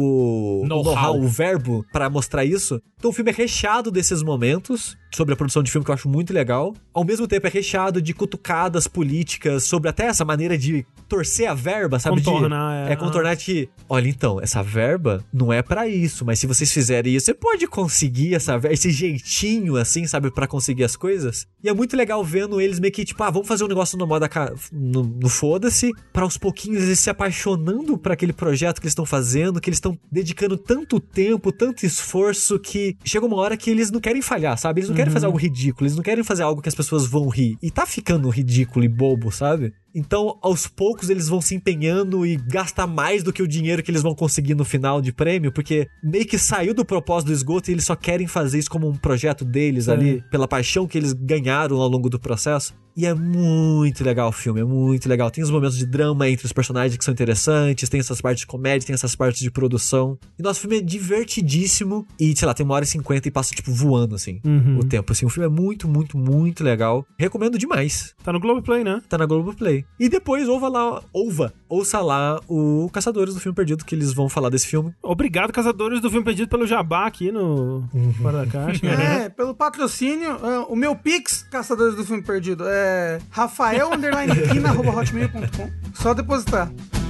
o know-how, o, know-how, o verbo pra mostrar isso. Então o filme é recheado desses momentos sobre a produção de filme que eu acho muito legal. Ao mesmo tempo é recheado de cutucadas políticas sobre até essa maneira de torcer a verba, sabe? Contornar, de, é. É contornar de, olha, então, essa verba não é pra isso, mas se vocês fizerem isso, você pode conseguir essa verba, esse jeitinho, assim, sabe? Pra conseguir as coisas. E é muito legal vendo eles meio que, tipo, ah, vamos fazer um negócio no modo ca... no, no foda-se, pra aos pouquinhos eles se apaixonando por aquele projeto que eles estão fazendo, que eles estão dedicando tanto tempo, tanto esforço, que chega uma hora que eles não querem falhar, sabe? Eles não uhum. querem fazer algo ridículo, eles não querem fazer algo que as pessoas vão rir. E tá ficando ridículo e bobo, sabe? Então, aos poucos, eles vão se empenhando e gastar mais do que o dinheiro que eles vão conseguir no final de prêmio, porque meio que saiu do propósito do esgoto e eles só querem fazer isso como um projeto deles é. ali, pela paixão que eles ganharam ao longo do processo. E é muito legal o filme, é muito legal. Tem os momentos de drama entre os personagens que são interessantes, tem essas partes de comédia, tem essas partes de produção. E nosso filme é divertidíssimo e, sei lá, tem uma hora e cinquenta e passa, tipo, voando, assim, uhum. o tempo, assim. O filme é muito, muito, muito legal. Recomendo demais. Tá no Globoplay, né? Tá na Globoplay. E depois ouva lá, ouva, ouça lá o Caçadores do Filme Perdido, que eles vão falar desse filme. Obrigado, Caçadores do Filme Perdido, pelo jabá aqui no uhum. Fora da Caixa. É, pelo patrocínio. O meu Pix, Caçadores do Filme Perdido, é É Rafael underline Pina arroba hotmail ponto com. Só depositar.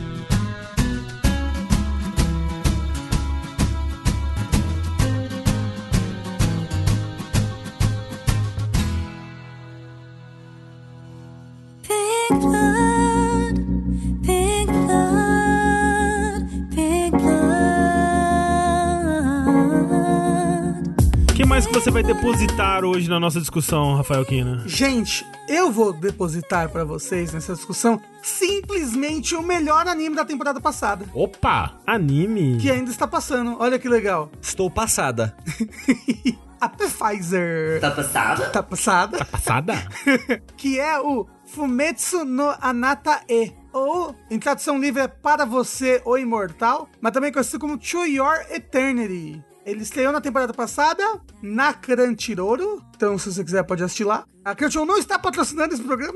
O que mais que você vai depositar hoje na nossa discussão, Rafael Kina? Gente, eu vou depositar pra vocês nessa discussão simplesmente o melhor anime da temporada passada. Opa! Anime? Que ainda está passando, olha que legal. Estou passada. A Pfizer. Tá passada? Tá passada. Tá passada? Que é o Fumetsu no Anata-e. Ou, em tradução livre, é Para Você, o Imortal. Mas também conhecido como To Your Eternity. Ele estreou na temporada passada na Crunchyroll, então se você quiser pode assistir lá. A Crunchyroll não está patrocinando esse programa,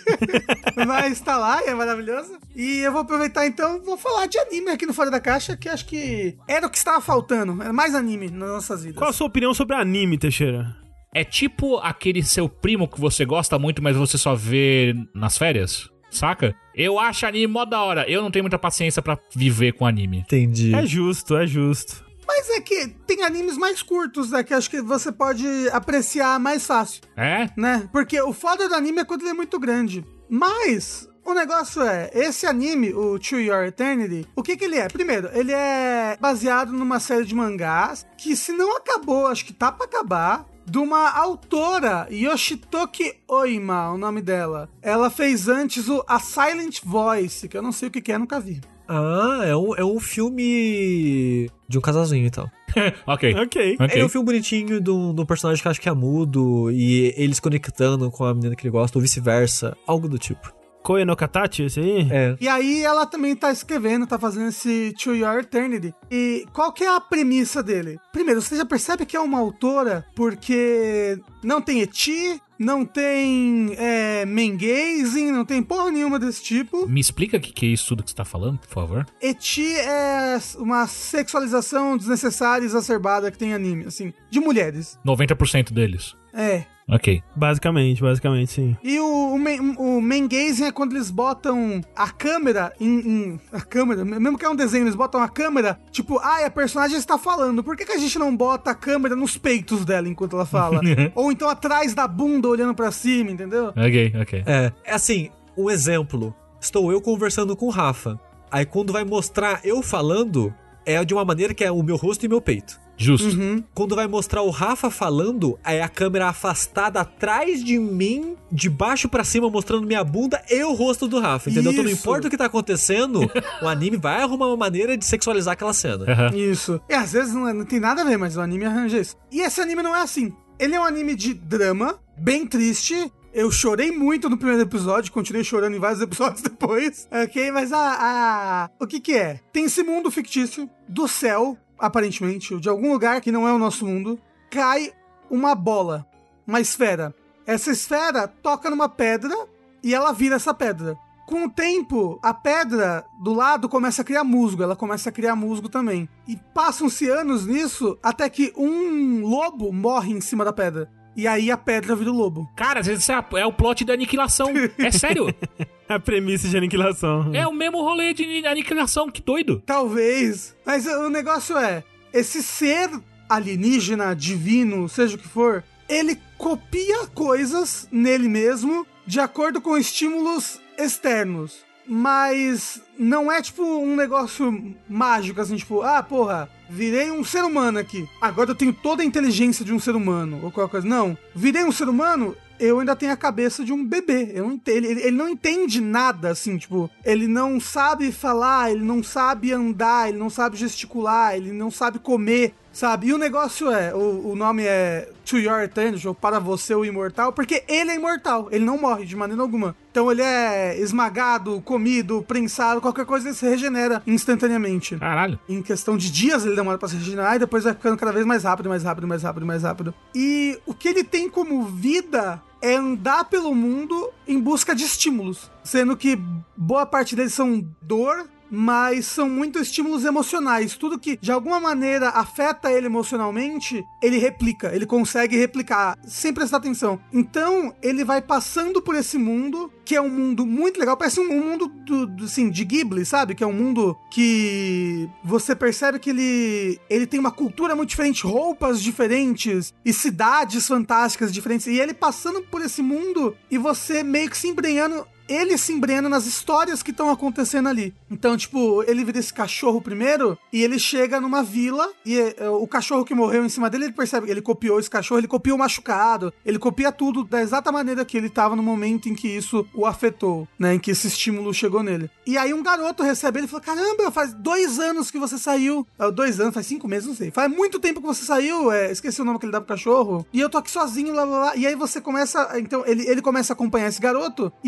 mas está lá e é maravilhoso. E eu vou aproveitar então, vou falar de anime aqui no Fora da Caixa, que acho que era o que estava faltando, era mais anime nas nossas vidas. Qual a sua opinião sobre anime, Teixeira? É tipo aquele seu primo que você gosta muito, mas você só vê nas férias? Saca? Eu acho anime mó da hora. Eu não tenho muita paciência pra viver com anime. Entendi. É justo, é justo. Mas é que tem animes mais curtos, né? Que acho que você pode apreciar mais fácil, É? né? Porque o foda do anime é quando ele é muito grande. Mas o negócio é, esse anime, o To Your Eternity, o que que ele é? Primeiro, ele é baseado numa série de mangás que, se não acabou, acho que tá pra acabar, de uma autora, Yoshitoki Oima, o nome dela. Ela fez antes o A Silent Voice, que eu não sei o que que é, nunca vi. Ah, é um, é um filme de um casalzinho e tal. Ok. Ok. Ok. É um filme bonitinho de um, de um personagem que eu acho que é mudo e eles conectando com a menina que ele gosta, ou vice-versa, algo do tipo. Koe no Katachi, esse aí? É. E aí ela também tá escrevendo, tá fazendo esse To Your Eternity. E qual que é a premissa dele? Primeiro, você já percebe que é uma autora porque não tem eti, não tem é, mangazing, não tem porra nenhuma desse tipo. Me explica o que, que é isso tudo que você tá falando, por favor. Eti é uma sexualização desnecessária e exacerbada que tem em anime, assim, de mulheres. noventa por cento deles. É. Ok. Basicamente, basicamente, sim. E o, o, man- o mangazing é quando eles botam a câmera em, em- A câmera, mesmo que é um desenho, eles botam a câmera, tipo, ai, a personagem está falando. Por que, que a gente não bota a câmera nos peitos dela enquanto ela fala? Ou então atrás da bunda, olhando pra cima, entendeu? Ok, ok. É, é assim, um exemplo. Estou eu conversando com o Rafa. Aí quando vai mostrar eu falando, é de uma maneira que é o meu rosto e meu peito. Justo. Uhum. Quando vai mostrar o Rafa falando, é a câmera afastada atrás de mim, de baixo pra cima, mostrando minha bunda e o rosto do Rafa, entendeu? Então não Isso. importa o que tá acontecendo, o anime vai arrumar uma maneira de sexualizar aquela cena. Aham. Isso. E às vezes não, é- não tem nada a ver, mas o anime arranja isso. E esse anime não é assim. Ele é um anime de drama, bem triste. Eu chorei muito no primeiro episódio, continuei chorando em vários episódios depois, ok? Mas a, a... o que que é? Tem esse mundo fictício do céu, aparentemente, de algum lugar que não é o nosso mundo, cai uma bola, uma esfera. Essa esfera toca numa pedra e ela vira essa pedra. Com o tempo, a pedra do lado começa a criar musgo, ela começa a criar musgo também. E passam-se anos nisso até que um lobo morre em cima da pedra. E aí a pedra vira o lobo. Cara, esse é, a- é o plot da aniquilação. É sério. A premissa de aniquilação. É o mesmo rolê de aniquilação. Que doido. Talvez. Mas o negócio é, esse ser alienígena, divino, seja o que for, ele copia coisas nele mesmo de acordo com estímulos externos. Mas não é tipo um negócio mágico, assim, tipo, ah, porra, virei um ser humano aqui. Agora eu tenho toda a inteligência de um ser humano, ou qualquer coisa. Não, virei um ser humano, eu ainda tenho a cabeça de um bebê. Eu não ente- ele, ele não entende nada, assim, tipo, ele não sabe falar, ele não sabe andar, ele não sabe gesticular, ele não sabe comer, sabe? E o negócio é, o, o nome é To Your Eternity, ou Para Você o Imortal, porque ele é imortal, ele não morre de maneira alguma. Então ele é esmagado, comido, prensado, qualquer coisa ele se regenera instantaneamente. Caralho. Em questão de dias ele demora pra se regenerar e depois vai ficando cada vez mais rápido, mais rápido, mais rápido, mais rápido. E o que ele tem como vida é andar pelo mundo em busca de estímulos, sendo que boa parte deles são dor, mas são muito estímulos emocionais. Tudo que de alguma maneira afeta ele emocionalmente, ele replica, ele consegue replicar, sem prestar atenção. Então, ele vai passando por esse mundo, que é um mundo muito legal, parece um, um mundo do, do, assim, de Ghibli, sabe? Que é um mundo que você percebe que ele, ele tem uma cultura muito diferente, roupas diferentes e cidades fantásticas diferentes. E ele passando por esse mundo e você meio que se embrenhando, ele se embrenhando nas histórias que estão acontecendo ali. Então, tipo, ele vira esse cachorro primeiro e ele chega numa vila e é, o cachorro que morreu em cima dele, ele percebe que ele copiou esse cachorro, ele copia o machucado, ele copia tudo da exata maneira que ele tava no momento em que isso o afetou, né? Em que esse estímulo chegou nele. E aí um garoto recebe ele e fala, caramba, faz dois anos que você saiu. Ah, dois anos, faz cinco meses, não sei. Faz muito tempo que você saiu, é, esqueci o nome que ele dá pro cachorro. E eu tô aqui sozinho, lá, lá, lá. E aí você começa, então, ele, ele começa a acompanhar esse garoto e esse garoto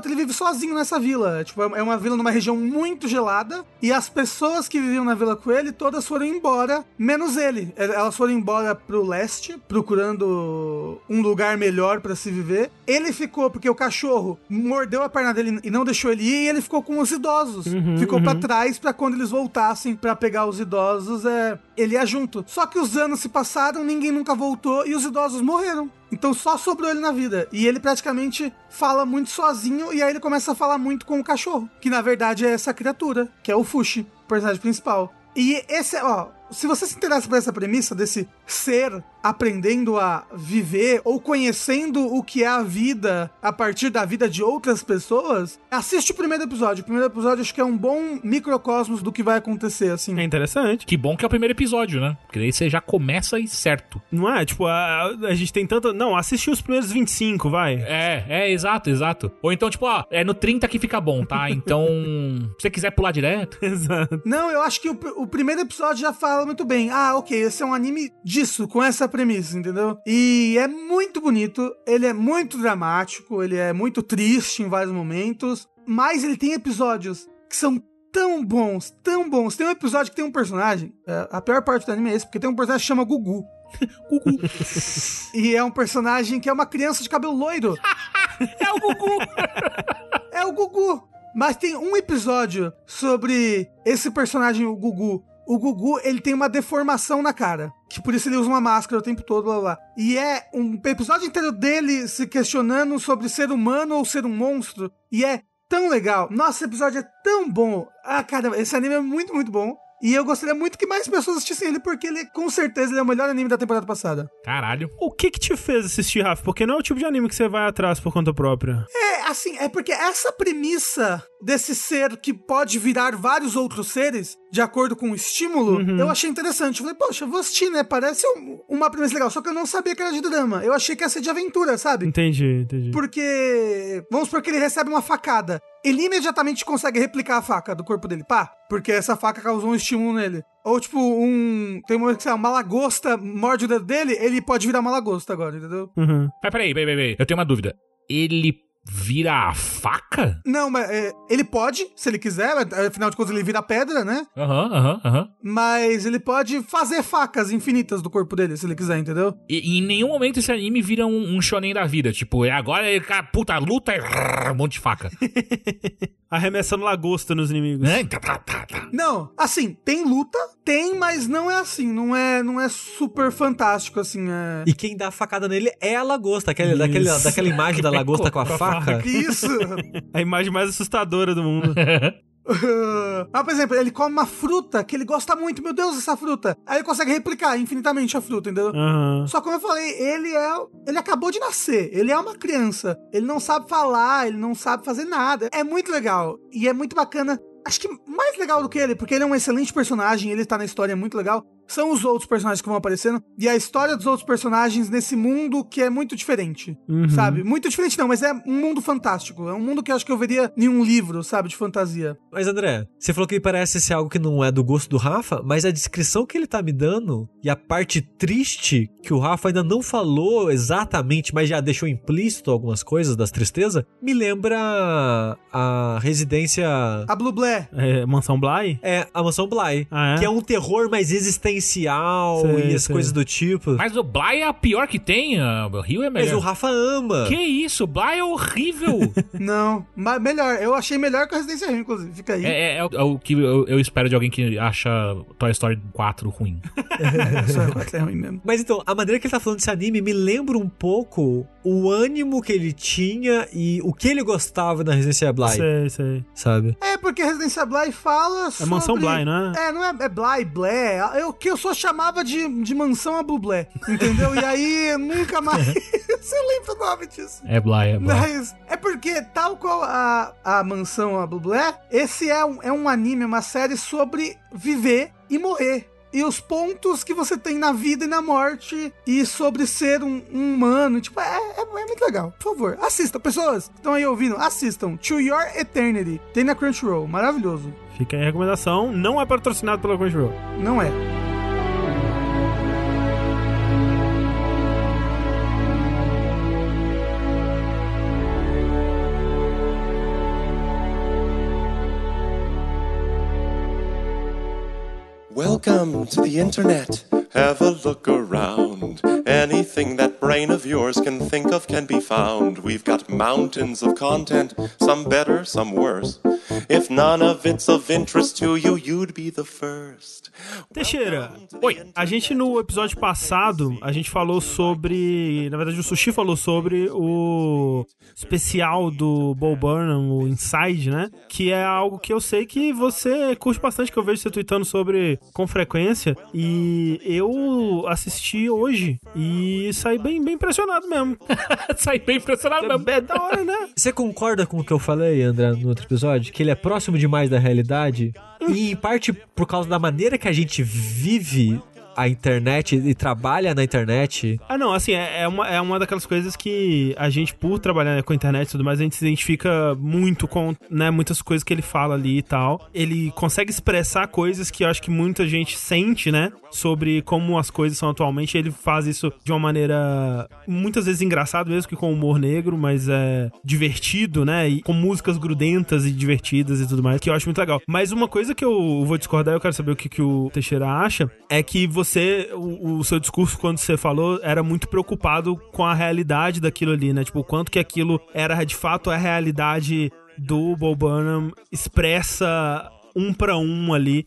outro ele vive sozinho nessa vila. Tipo, é uma vila numa região muito gelada, e as pessoas que viviam na vila com ele, todas foram embora, menos ele. Elas foram embora pro leste, procurando um lugar melhor pra se viver. Ele ficou, porque o cachorro mordeu a perna dele e não deixou ele ir, e ele ficou com os idosos. Uhum, ficou uhum. pra trás pra quando eles voltassem pra pegar os idosos, é, ele ia junto. Só que os anos se passaram, ninguém nunca voltou, e os idosos morreram. Então só sobrou ele na vida. E ele praticamente fala muito sozinho, e aí ele começa a falar muito com o cachorro, que na verdade é essa criatura, que é o Fushi, o personagem principal. E esse, ó, se você se interessa por essa premissa desse ser aprendendo a viver ou conhecendo o que é a vida a partir da vida de outras pessoas, assiste o primeiro episódio. O primeiro episódio acho que é um bom microcosmos do que vai acontecer, assim. É interessante. Que bom que é o primeiro episódio, né? Porque daí você já começa aí certo. Não é? Tipo, a, a gente tem tanto... Não, assiste os primeiros vinte e cinco, vai. É, é, exato, exato. Ou então, tipo, ó, é no trinta que fica bom, tá? Então, se você quiser pular direto... Exato. Não, eu acho que o, o primeiro episódio já fala muito bem. Ah, ok, esse é um anime disso, com essa premissa, entendeu? E é muito bonito, ele é muito dramático, ele é muito triste em vários momentos, mas ele tem episódios que são tão bons, tão bons. Tem um episódio que tem um personagem, é, a pior parte do anime é esse, porque tem um personagem que chama Gugu. Gugu. E é um personagem que é uma criança de cabelo loiro. É o Gugu. É o Gugu. Mas tem um episódio sobre esse personagem, o Gugu. O Gugu, ele tem uma deformação na cara, que por isso ele usa uma máscara o tempo todo, blá, blá. E é um episódio inteiro dele se questionando sobre ser humano ou ser um monstro. E é tão legal. Nossa, esse episódio é tão bom. Ah, cara, esse anime é muito, muito bom. E eu gostaria muito que mais pessoas assistissem ele, porque ele, com certeza, ele é o melhor anime da temporada passada. Caralho. O que que te fez assistir, Rafa? Porque não é o tipo de anime que você vai atrás por conta própria. É, assim, é porque essa premissa desse ser que pode virar vários outros seres, de acordo com o estímulo, uhum. eu achei interessante. Eu falei, poxa, eu vou assistir, né? Parece um, uma premissa legal. Só que eu não sabia que era de drama. Eu achei que ia ser de aventura, sabe? Entendi, entendi. Porque, vamos supor que ele recebe uma facada. Ele imediatamente consegue replicar a faca do corpo dele, pá, porque essa faca causou um estímulo nele. Ou tipo, um... tem um momento que, sei lá, uma lagosta morde o dedo dele, ele pode virar uma lagosta agora, entendeu? Uhum. Mas peraí, peraí, peraí, eu tenho uma dúvida. Ele vira a faca? Não, mas é, ele pode, se ele quiser, afinal de contas ele vira pedra, né? Aham, aham, aham. Mas ele pode fazer facas infinitas do corpo dele, se ele quiser, entendeu? E, e em nenhum momento esse anime vira um, um shonen da vida. Tipo, agora ele, puta, luta e um monte de faca. Arremessando lagosta nos inimigos. É? Não, assim, tem luta, tem, mas não é assim, não é, não é super fantástico, assim, é... E quem dá a facada nele é a lagosta, aquele, daquele, daquela imagem da lagosta com a faca. Isso! A imagem mais assustadora do mundo. Uh, ah, por exemplo, ele come uma fruta que ele gosta muito, meu Deus, essa fruta. Aí ele consegue replicar infinitamente a fruta, entendeu? Uhum. Só como eu falei, ele é. Ele acabou de nascer, ele é uma criança. Ele não sabe falar, ele não sabe fazer nada. É muito legal. E é muito bacana. Acho que mais legal do que ele, porque ele é um excelente personagem, ele tá na história, é muito legal. São os outros personagens que vão aparecendo. E a história dos outros personagens nesse mundo que é muito diferente, uhum. sabe? Muito diferente não, mas é um mundo fantástico. É um mundo que eu acho que eu veria em um livro, sabe? De fantasia. Mas André, você falou que parece ser algo que não é do gosto do Rafa, mas a descrição que ele tá me dando e a parte triste que o Rafa ainda não falou exatamente, mas já deixou implícito algumas coisas das tristezas, me lembra a residência... A Blue Blair. É, Mansão Bly? É, a Mansão Bly. Ah, é? Que é um terror mais existencial sei, e as sei. coisas do tipo. Mas o Bly é a pior que tem, o Rio é melhor. Mas o Rafa ama. Que isso, o Bly é horrível. Não, mas melhor. Eu achei melhor que a Residência Rio, inclusive. Fica aí. É, é, é, o, é o que eu, eu espero de alguém que acha Toy Story quatro ruim. Só quatro é ruim mesmo. Mas então, a maneira que ele tá falando desse anime me lembra um pouco o ânimo que ele tinha e o que ele gostava na Residência Bly. Sei, sei. Sabe? É, porque Residência Bly fala sobre... É Mansão Bly, não é? É, não é, é Bly, Blé. Eu, que eu só chamava de, de Mansão a Bublé, entendeu? E aí, nunca mais... Você lembra o nome disso? É Bly, é Bly. Mas é porque, tal qual a, a Mansão a Bublé, esse é um, é um anime, uma série sobre viver e morrer. E os pontos que você tem na vida e na morte. E sobre ser um, um humano. Tipo, é, é, é muito legal. Por favor, assistam. Pessoas que estão aí ouvindo, assistam. To Your Eternity. Tem na Crunchyroll. Maravilhoso. Fica aí a recomendação. Não é patrocinado pela Crunchyroll. Não é. Welcome to the internet. Have a look around. Anything that brain of yours can think of can be found. We've got mountains of content, some better, some worse. If none of it's of interest to you, you'd be the first. Teixeira, oi. A gente no episódio passado, a gente falou sobre... Na verdade, o Sushi falou sobre o especial do Bo Burnham, o Inside, né? Que é algo que eu sei que você curte bastante, que eu vejo você tweetando sobre com frequência. E eu assisti hoje e saí bem, bem impressionado mesmo. Saí bem impressionado mesmo. É, é da hora, né? Você concorda com o que eu falei, André, no outro episódio? Que ele é próximo demais da realidade? E em parte por causa da maneira que a gente vive a internet e trabalha na internet. Ah, não, assim, é, é, uma, é uma daquelas coisas que a gente, por trabalhar com a internet e tudo mais, a gente se identifica muito com, né, muitas coisas que ele fala ali e tal. Ele consegue expressar coisas que eu acho que muita gente sente, né, sobre como as coisas são atualmente. Ele faz isso de uma maneira, muitas vezes engraçado, mesmo que com humor negro, mas é divertido, né, e com músicas grudentas e divertidas e tudo mais, que eu acho muito legal. Mas uma coisa que eu vou discordar, eu quero saber o que, que o Teixeira acha, é que você Você, o, o seu discurso, quando você falou, era muito preocupado com a realidade daquilo ali, né? Tipo, o quanto que aquilo era, de fato, a realidade do Bo Burnham expressa um pra um ali.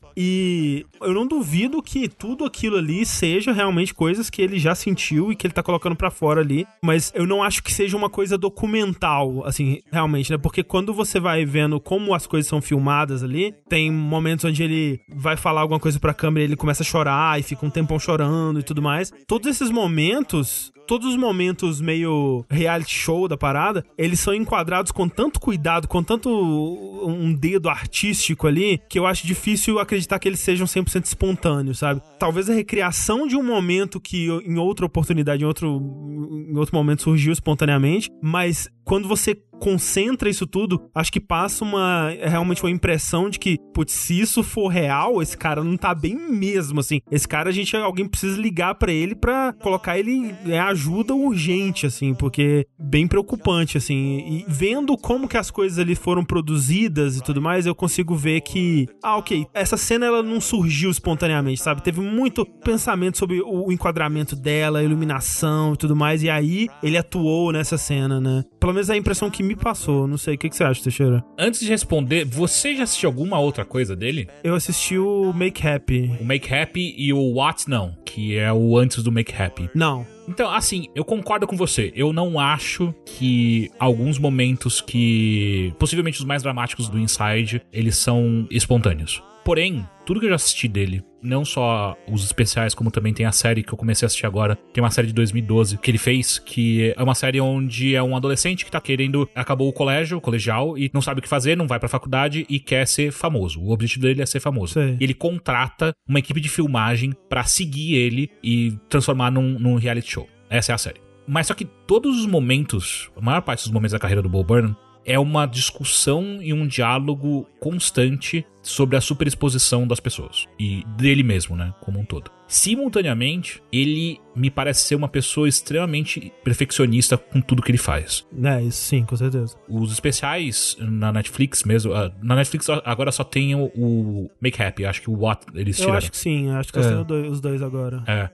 E eu não duvido que tudo aquilo ali seja realmente coisas que ele já sentiu e que ele tá colocando pra fora ali, mas eu não acho que seja uma coisa documental, assim, realmente, né? Porque quando você vai vendo como as coisas são filmadas ali, tem momentos onde ele vai falar alguma coisa pra câmera e ele começa a chorar e fica um tempão chorando e tudo mais. Todos esses momentos... Todos os momentos meio reality show da parada, eles são enquadrados com tanto cuidado, com tanto um dedo artístico ali, que eu acho difícil acreditar que eles sejam cem por cento espontâneos, sabe? Talvez a recriação de um momento que em outra oportunidade, em outro, em outro momento surgiu espontaneamente, mas quando você concentra isso tudo, acho que passa uma, realmente uma impressão de que, putz, se isso for real, esse cara não tá bem mesmo, assim. Esse cara, a gente, alguém precisa ligar pra ele pra colocar ele em ajuda urgente, assim, porque bem preocupante, assim. E vendo como que as coisas ali foram produzidas e tudo mais, eu consigo ver que, ah, ok, essa cena, ela não surgiu espontaneamente, sabe? Teve muito pensamento sobre o enquadramento dela, a iluminação e tudo mais, e aí ele atuou nessa cena, né? Pelo menos é a impressão que me passou. Não sei, o que, que você acha, Teixeira? Antes de responder, você já assistiu alguma outra coisa dele? Eu assisti o Make Happy. O Make Happy e o What Não, que é o antes do Make Happy. Não. Então, assim, eu concordo com você. Eu não acho que alguns momentos que... possivelmente os mais dramáticos do Inside, eles são espontâneos. Porém, tudo que eu já assisti dele, não só os especiais, como também tem a série que eu comecei a assistir agora, tem uma série de dois mil e doze que ele fez, que é uma série onde é um adolescente que tá querendo, acabou o colégio, o colegial, e não sabe o que fazer, não vai pra faculdade e quer ser famoso. O objetivo dele é ser famoso. Sei. E ele contrata uma equipe de filmagem pra seguir ele e transformar num, num reality show. Essa é a série. Mas só que todos os momentos, a maior parte dos momentos da carreira do Bo Burnham, é uma discussão e um diálogo constante sobre a superexposição das pessoas. E dele mesmo, né? Como um todo. Simultaneamente, ele me parece ser uma pessoa extremamente perfeccionista com tudo que ele faz. É, isso sim, com certeza. Os especiais na Netflix mesmo... Na Netflix agora só tem o, o Make Happy. Acho que o What eles tiraram. Eu acho que sim. Acho que É. eu tenho os dois agora. É.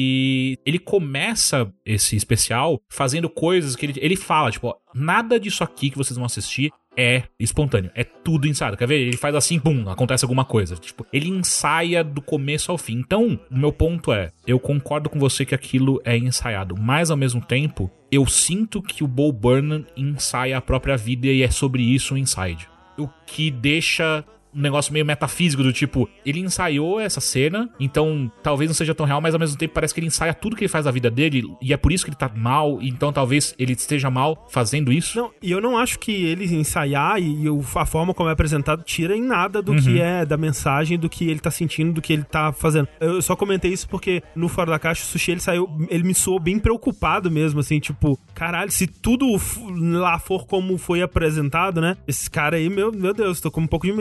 E ele começa esse especial fazendo coisas que ele, ele fala, tipo, ó, nada disso aqui que vocês vão assistir é espontâneo, é tudo ensaiado. Quer ver? Ele faz assim, pum, acontece alguma coisa. Tipo, ele ensaia do começo ao fim. Então, o meu ponto é, eu concordo com você que aquilo é ensaiado, mas ao mesmo tempo, eu sinto que o Bo Burnham ensaia a própria vida e é sobre isso o Inside. O que deixa um negócio meio metafísico do tipo, ele ensaiou essa cena, então talvez não seja tão real, mas ao mesmo tempo parece que ele ensaia tudo que ele faz da vida dele, e é por isso que ele tá mal, então talvez ele esteja mal fazendo isso. Não, e eu não acho que ele ensaiar e, e o- a forma como é apresentado tira em nada do que é da mensagem, do que ele tá sentindo, do que ele tá fazendo. Eu só comentei isso porque no Fora da Caixa o Sushi, ele saiu, ele me soou bem preocupado mesmo, assim, tipo, caralho, se tudo f- lá for como foi apresentado, né, esse cara aí, meu, meu Deus, tô com um pouco de medo, né.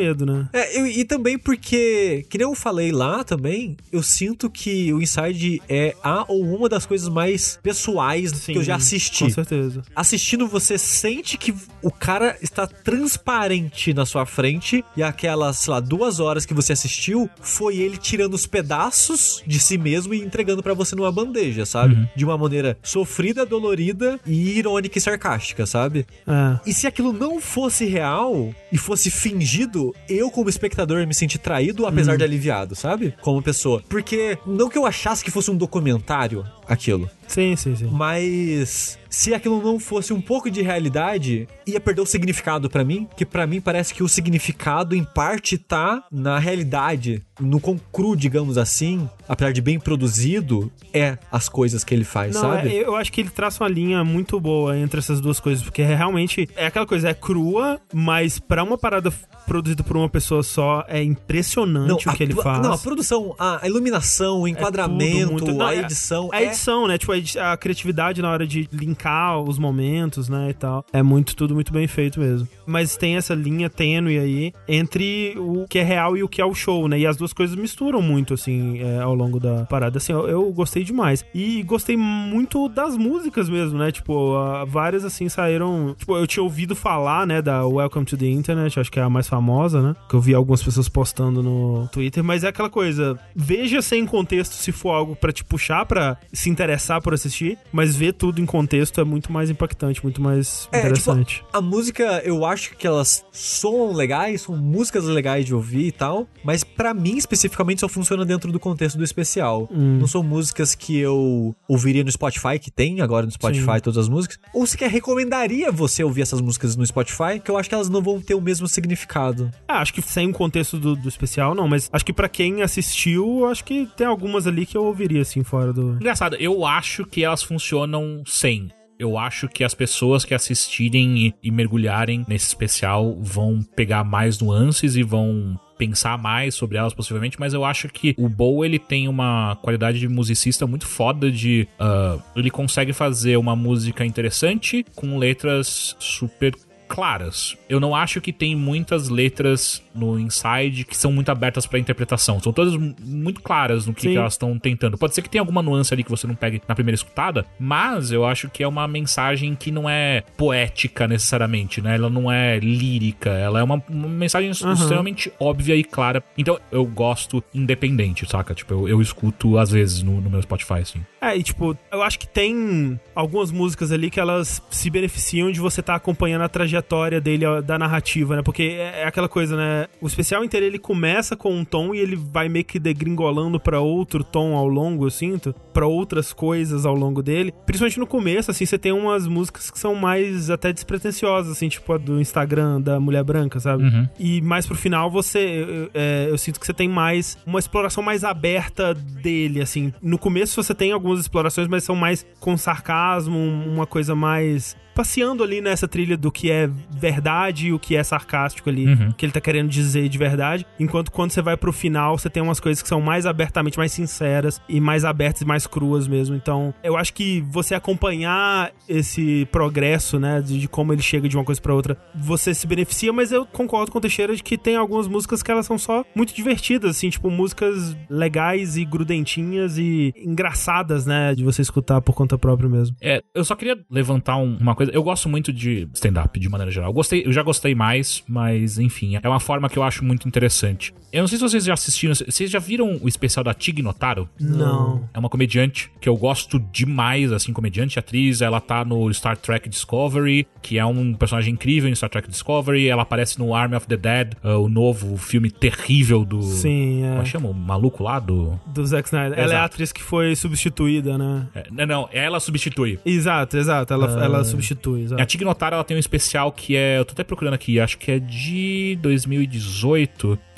né? É, eu, e também porque, que nem eu falei lá também, eu sinto que o Inside é a ou uma das coisas mais pessoais Sim, que eu já assisti. Com certeza. Assistindo, você sente que o cara está transparente na sua frente e aquelas, sei lá, duas horas que você assistiu, foi ele tirando os pedaços de si mesmo e entregando pra você numa bandeja, sabe? Uhum. De uma maneira sofrida, dolorida e irônica e sarcástica, sabe? É. E se aquilo não fosse real e fosse fingido, eu como espectador me senti traído, apesar hum. de aliviado, sabe? Como pessoa. Porque não que eu achasse que fosse um documentário aquilo. Sim, sim, sim. Mas se aquilo não fosse um pouco de realidade, ia perder o significado pra mim, que pra mim parece que o significado em parte tá na realidade, no quão cru, digamos assim, apesar de bem produzido, é as coisas que ele faz, não, sabe? É, eu acho que ele traça uma linha muito boa entre essas duas coisas, porque é realmente é aquela coisa, é crua, mas pra uma parada produzida por uma pessoa só, é impressionante não, o que a, ele faz. Não, a produção, a iluminação, o enquadramento, é muito, não, a edição. A, a edição, é... né? Tipo, a, a criatividade na hora de linkar os momentos, né, e tal. É muito, tudo muito bem feito mesmo. Mas tem essa linha tênue aí entre o que é real e o que é o show, né? E as duas coisas misturam muito, assim, é, ao longo da parada. Assim, eu, eu gostei demais. E gostei muito das músicas mesmo, né? Tipo, a, várias, assim, saíram... Tipo, eu tinha ouvido falar, né, da Welcome to the Internet, acho que é a mais famosa, né? Que eu vi algumas pessoas postando no Twitter, mas é aquela coisa, veja sem contexto se for algo pra te puxar, pra se interessar por assistir, mas ver tudo em contexto é muito mais impactante, muito mais é, interessante. Tipo, a, a música, eu acho que elas soam legais, são músicas legais de ouvir e tal, mas pra mim, especificamente, só funciona dentro do contexto do especial. Hum. Não são músicas que eu ouviria no Spotify, que tem agora no Spotify Sim. todas as músicas, ou sequer recomendaria você ouvir essas músicas no Spotify, que eu acho que elas não vão ter o mesmo significado. Ah, acho que sem o contexto do, do especial, não, mas acho que pra quem assistiu, acho que tem algumas ali que eu ouviria, assim, fora do... Engraçado, eu acho que elas funcionam sem. Eu acho que as pessoas que assistirem e, e mergulharem nesse especial vão pegar mais nuances e vão pensar mais sobre elas possivelmente, mas eu acho que o Bow, ele tem uma qualidade de musicista muito foda de... Uh, ele consegue fazer uma música interessante com letras super claras. Eu não acho que tem muitas letras no Inside que são muito abertas pra interpretação. São todas muito claras no que, que elas estão tentando. Pode ser que tenha alguma nuance ali que você não pegue na primeira escutada, mas eu acho que é uma mensagem que não é poética necessariamente, né? Ela não é lírica, ela é uma, uma mensagem uhum. extremamente óbvia e clara. Então eu gosto independente, saca? Tipo, eu, eu escuto às vezes no, no meu Spotify, assim. É, e tipo, eu acho que tem algumas músicas ali que elas se beneficiam de você estar tá acompanhando a trajetória dele, da narrativa, né? Porque é, é aquela coisa, né? O especial inteiro, ele começa com um tom e ele vai meio que degringolando pra outro tom ao longo, eu sinto, pra outras coisas ao longo dele. Principalmente no começo, assim, você tem umas músicas que são mais até despretensiosas, assim, tipo a do Instagram da Mulher Branca, sabe? Uhum. E mais pro final, você... Eu, é, eu sinto que você tem mais... uma exploração mais aberta dele, assim. No começo você tem algumas explorações, mas são mais com sarcasmo, uma coisa mais... passeando ali nessa trilha do que é verdade e o que é sarcástico ali, uhum. que ele tá querendo dizer de verdade, enquanto quando você vai pro final, você tem umas coisas que são mais abertamente, mais sinceras e mais abertas e mais cruas mesmo. Então, eu acho que você acompanhar esse progresso, né, de, de como ele chega de uma coisa pra outra, você se beneficia, mas eu concordo com o Teixeira de que tem algumas músicas que elas são só muito divertidas, assim, tipo, músicas legais e grudentinhas e engraçadas, né, de você escutar por conta própria mesmo. É, eu só queria levantar um, uma coisa. Eu gosto muito de stand-up, de maneira geral. Eu, gostei, eu já gostei mais, mas enfim, é uma forma que eu acho muito interessante. Eu não sei se vocês já assistiram, vocês já viram o especial da Tig Notaro? Não. É uma comediante que eu gosto demais, assim, comediante, atriz. Ela tá no Star Trek Discovery, que é um personagem incrível em Star Trek Discovery. Ela aparece no Army of the Dead, uh, o novo filme terrível do... Sim, é. Como chama? O maluco lá do... Do Zack Snyder. Exato. Ela é a atriz que foi substituída, né? É, não, não, ela substitui. Exato, exato. Ela, uh... ela substitui. Exato. A Tig Notaro, ela tem um especial que é... Eu tô até procurando aqui, acho que é de dois mil e dezoito, que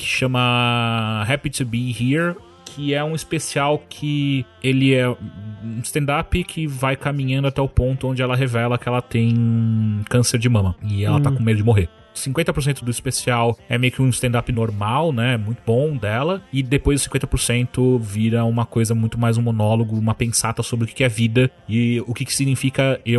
chama Happy to Be Here, que é um especial que ele é um stand-up que vai caminhando até o ponto onde ela revela que ela tem câncer de mama e ela hum. tá com medo de morrer. cinquenta por cento do especial é meio que um stand-up normal, né, muito bom dela, e depois cinquenta por cento vira uma coisa muito mais um monólogo, uma pensata sobre o que é vida e o que significa eu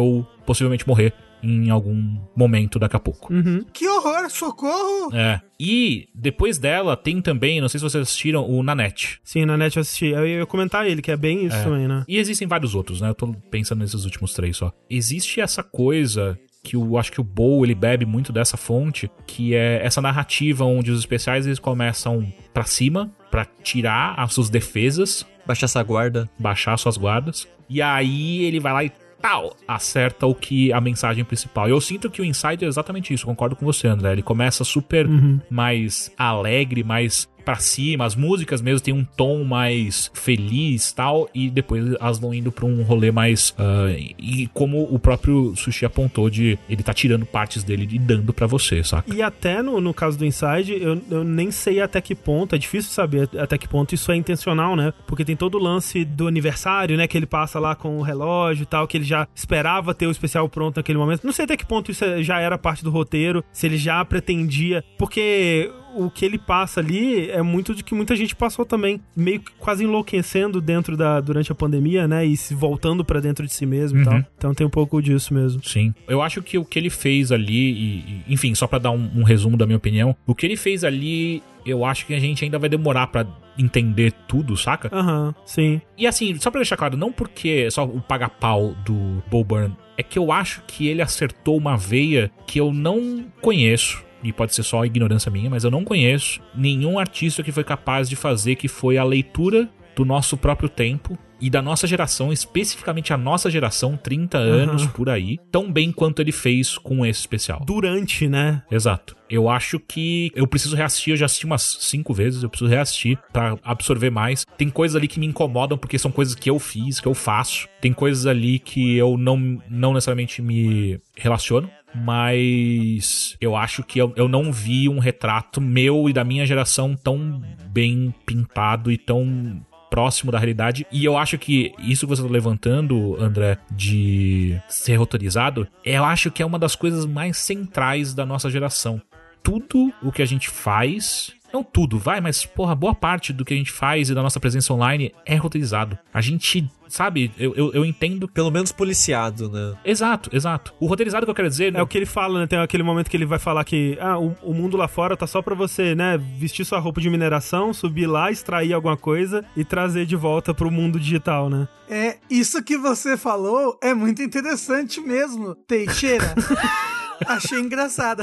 possivelmente morrer em algum momento daqui a pouco. Uhum. Que horror, socorro! É. E depois dela tem também, não sei se vocês assistiram, o Nanette. Sim, na net eu assisti. Eu ia comentar ele, que é bem isso É. também, né? E existem vários outros, né? Eu tô pensando nesses últimos três só. Existe essa coisa que eu acho que o Bow, ele bebe muito dessa fonte, que é essa narrativa onde os especiais eles começam pra cima, pra tirar as suas defesas, Baixar essa guarda. baixar suas guardas, e aí ele vai lá e tal, acerta o que a mensagem principal. Eu sinto que o Inside é exatamente isso, concordo com você, André. Ele começa super Uhum. mais alegre, mais pra cima, as músicas mesmo tem um tom mais feliz e tal, e depois elas vão indo pra um rolê mais uh, e como o próprio Sushi apontou, de ele tá tirando partes dele e dando pra você, saca? E até no, no caso do Inside, eu, eu nem sei até que ponto, é difícil saber até que ponto isso é intencional, né? Porque tem todo o lance do aniversário, né? Que ele passa lá com o relógio e tal, que ele já esperava ter o especial pronto naquele momento. Não sei até que ponto isso é- já era parte do roteiro, se ele já pretendia, porque o que ele passa ali é muito de que muita gente passou também, meio que quase enlouquecendo dentro da, durante a pandemia, né? E se voltando pra dentro de si mesmo e Uhum. tal. Então tem um pouco disso mesmo. Sim. Eu acho que o que ele fez ali, e, e, enfim, só pra dar um, um resumo da minha opinião, o que ele fez ali, eu acho que a gente ainda vai demorar pra entender tudo, saca? Aham, sim. E assim, só pra deixar claro, não porque é só o paga-pau do Bo Burnham, é que eu acho que ele acertou uma veia que eu não conheço, e pode ser só ignorância minha, mas eu não conheço nenhum artista que foi capaz de fazer, que foi a leitura do nosso próprio tempo e da nossa geração, especificamente a nossa geração, trinta anos por aí, tão bem quanto ele fez com esse especial. Durante, né? Exato. Eu acho que eu preciso reassistir, eu já assisti umas cinco vezes, eu preciso reassistir pra absorver mais. Tem coisas ali que me incomodam porque são coisas que eu fiz, que eu faço. Tem coisas ali que eu não, não necessariamente me relaciono, mas eu acho que eu, eu não vi um retrato meu e da minha geração tão bem pintado e tão próximo da realidade. E eu acho que isso que você tá levantando, André, de ser roteirizado, eu acho que é uma das coisas mais centrais da nossa geração. Tudo o que a gente faz, não tudo, vai, mas porra, boa parte do que a gente faz e da nossa presença online é roteirizado. A gente, sabe, eu, eu, eu entendo. Pelo menos policiado, né? Exato, exato. O roteirizado que eu quero dizer... É o que ele fala, né? Tem aquele momento que ele vai falar que ah, o, o mundo lá fora tá só pra você, né? Vestir sua roupa de mineração, subir lá, extrair alguma coisa e trazer de volta pro mundo digital, né? É, isso que você falou é muito interessante mesmo, Teixeira. Achei engraçado.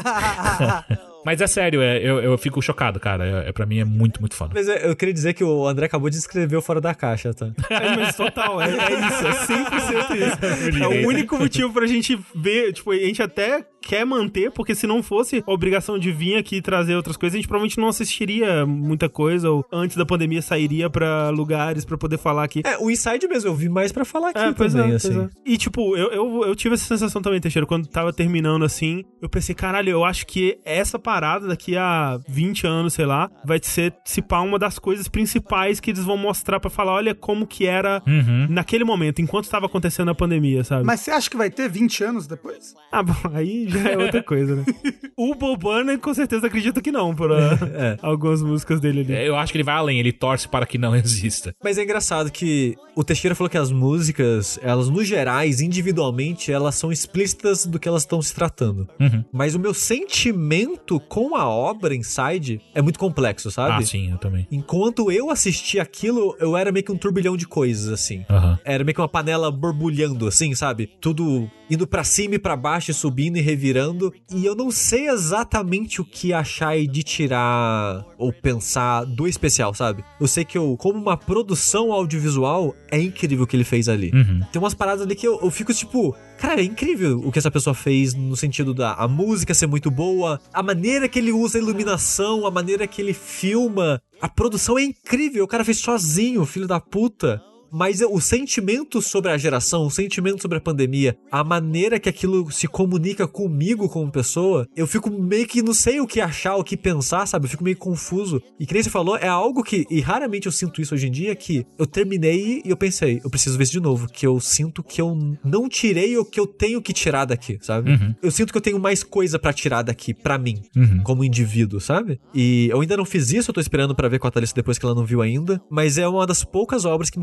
Mas é sério, é, eu, eu fico chocado, cara. É, é, pra mim é muito, muito foda. Mas eu, eu queria dizer que o André acabou de escrever o Fora da Caixa, tá? É, mas total, é, é isso, é cem por cento isso. É o único motivo pra gente ver, tipo, a gente até quer manter, porque se não fosse a obrigação de vir aqui e trazer outras coisas, a gente provavelmente não assistiria muita coisa, ou antes da pandemia sairia pra lugares pra poder falar aqui. É, o Inside mesmo, eu vi mais pra falar aqui É, pois também, é, assim. pois é. E, tipo, eu, eu, eu tive essa sensação também, Teixeira, quando tava terminando assim, eu pensei, caralho, eu acho que essa parada daqui a vinte anos, sei lá, vai ser, se pá, uma das coisas principais que eles vão mostrar pra falar, olha como que era Uhum. naquele momento, enquanto tava acontecendo a pandemia, sabe? Mas você acha que vai ter vinte anos depois? Ah, bom, aí já é outra coisa, né? O Bo Burnham, com certeza, acredita que não, por É. algumas músicas dele ali. Eu acho que ele vai além, ele torce para que não exista. Mas é engraçado que o Teixeira falou que as músicas, elas no gerais, individualmente, elas são explícitas do que elas estão se tratando. Uhum. Mas o meu sentimento com a obra Inside é muito complexo, sabe? Ah, sim, eu também. Enquanto eu assisti aquilo, eu era meio que um turbilhão de coisas, assim. Aham. Era meio que uma panela borbulhando, assim, sabe? Tudo indo pra cima e pra baixo, e subindo e revirando. E eu não sei exatamente o que achar e de tirar ou pensar do especial, sabe? Eu sei que eu, como uma produção audiovisual, é incrível o que ele fez ali. Uhum. Tem umas paradas ali que eu, eu fico tipo... Cara, é incrível o que essa pessoa fez no sentido da a música ser muito boa, a maneira que ele usa a iluminação, a maneira que ele filma. A produção é incrível, o cara fez sozinho, filho da puta. Mas o sentimento sobre a geração, o sentimento sobre a pandemia, a maneira que aquilo se comunica comigo como pessoa, eu fico meio que não sei o que achar, o que pensar, sabe? Eu fico meio confuso. E que nem você falou, é algo que, e raramente eu sinto isso hoje em dia, que eu terminei e eu pensei, eu preciso ver isso de novo, que eu sinto que eu não tirei o que eu tenho que tirar daqui, sabe? Uhum. Eu sinto que eu tenho mais coisa pra tirar daqui, pra mim, Uhum. como indivíduo, sabe? E eu ainda não fiz isso, eu tô esperando pra ver com a Thalissa depois que ela não viu ainda, mas é uma das poucas obras que me, me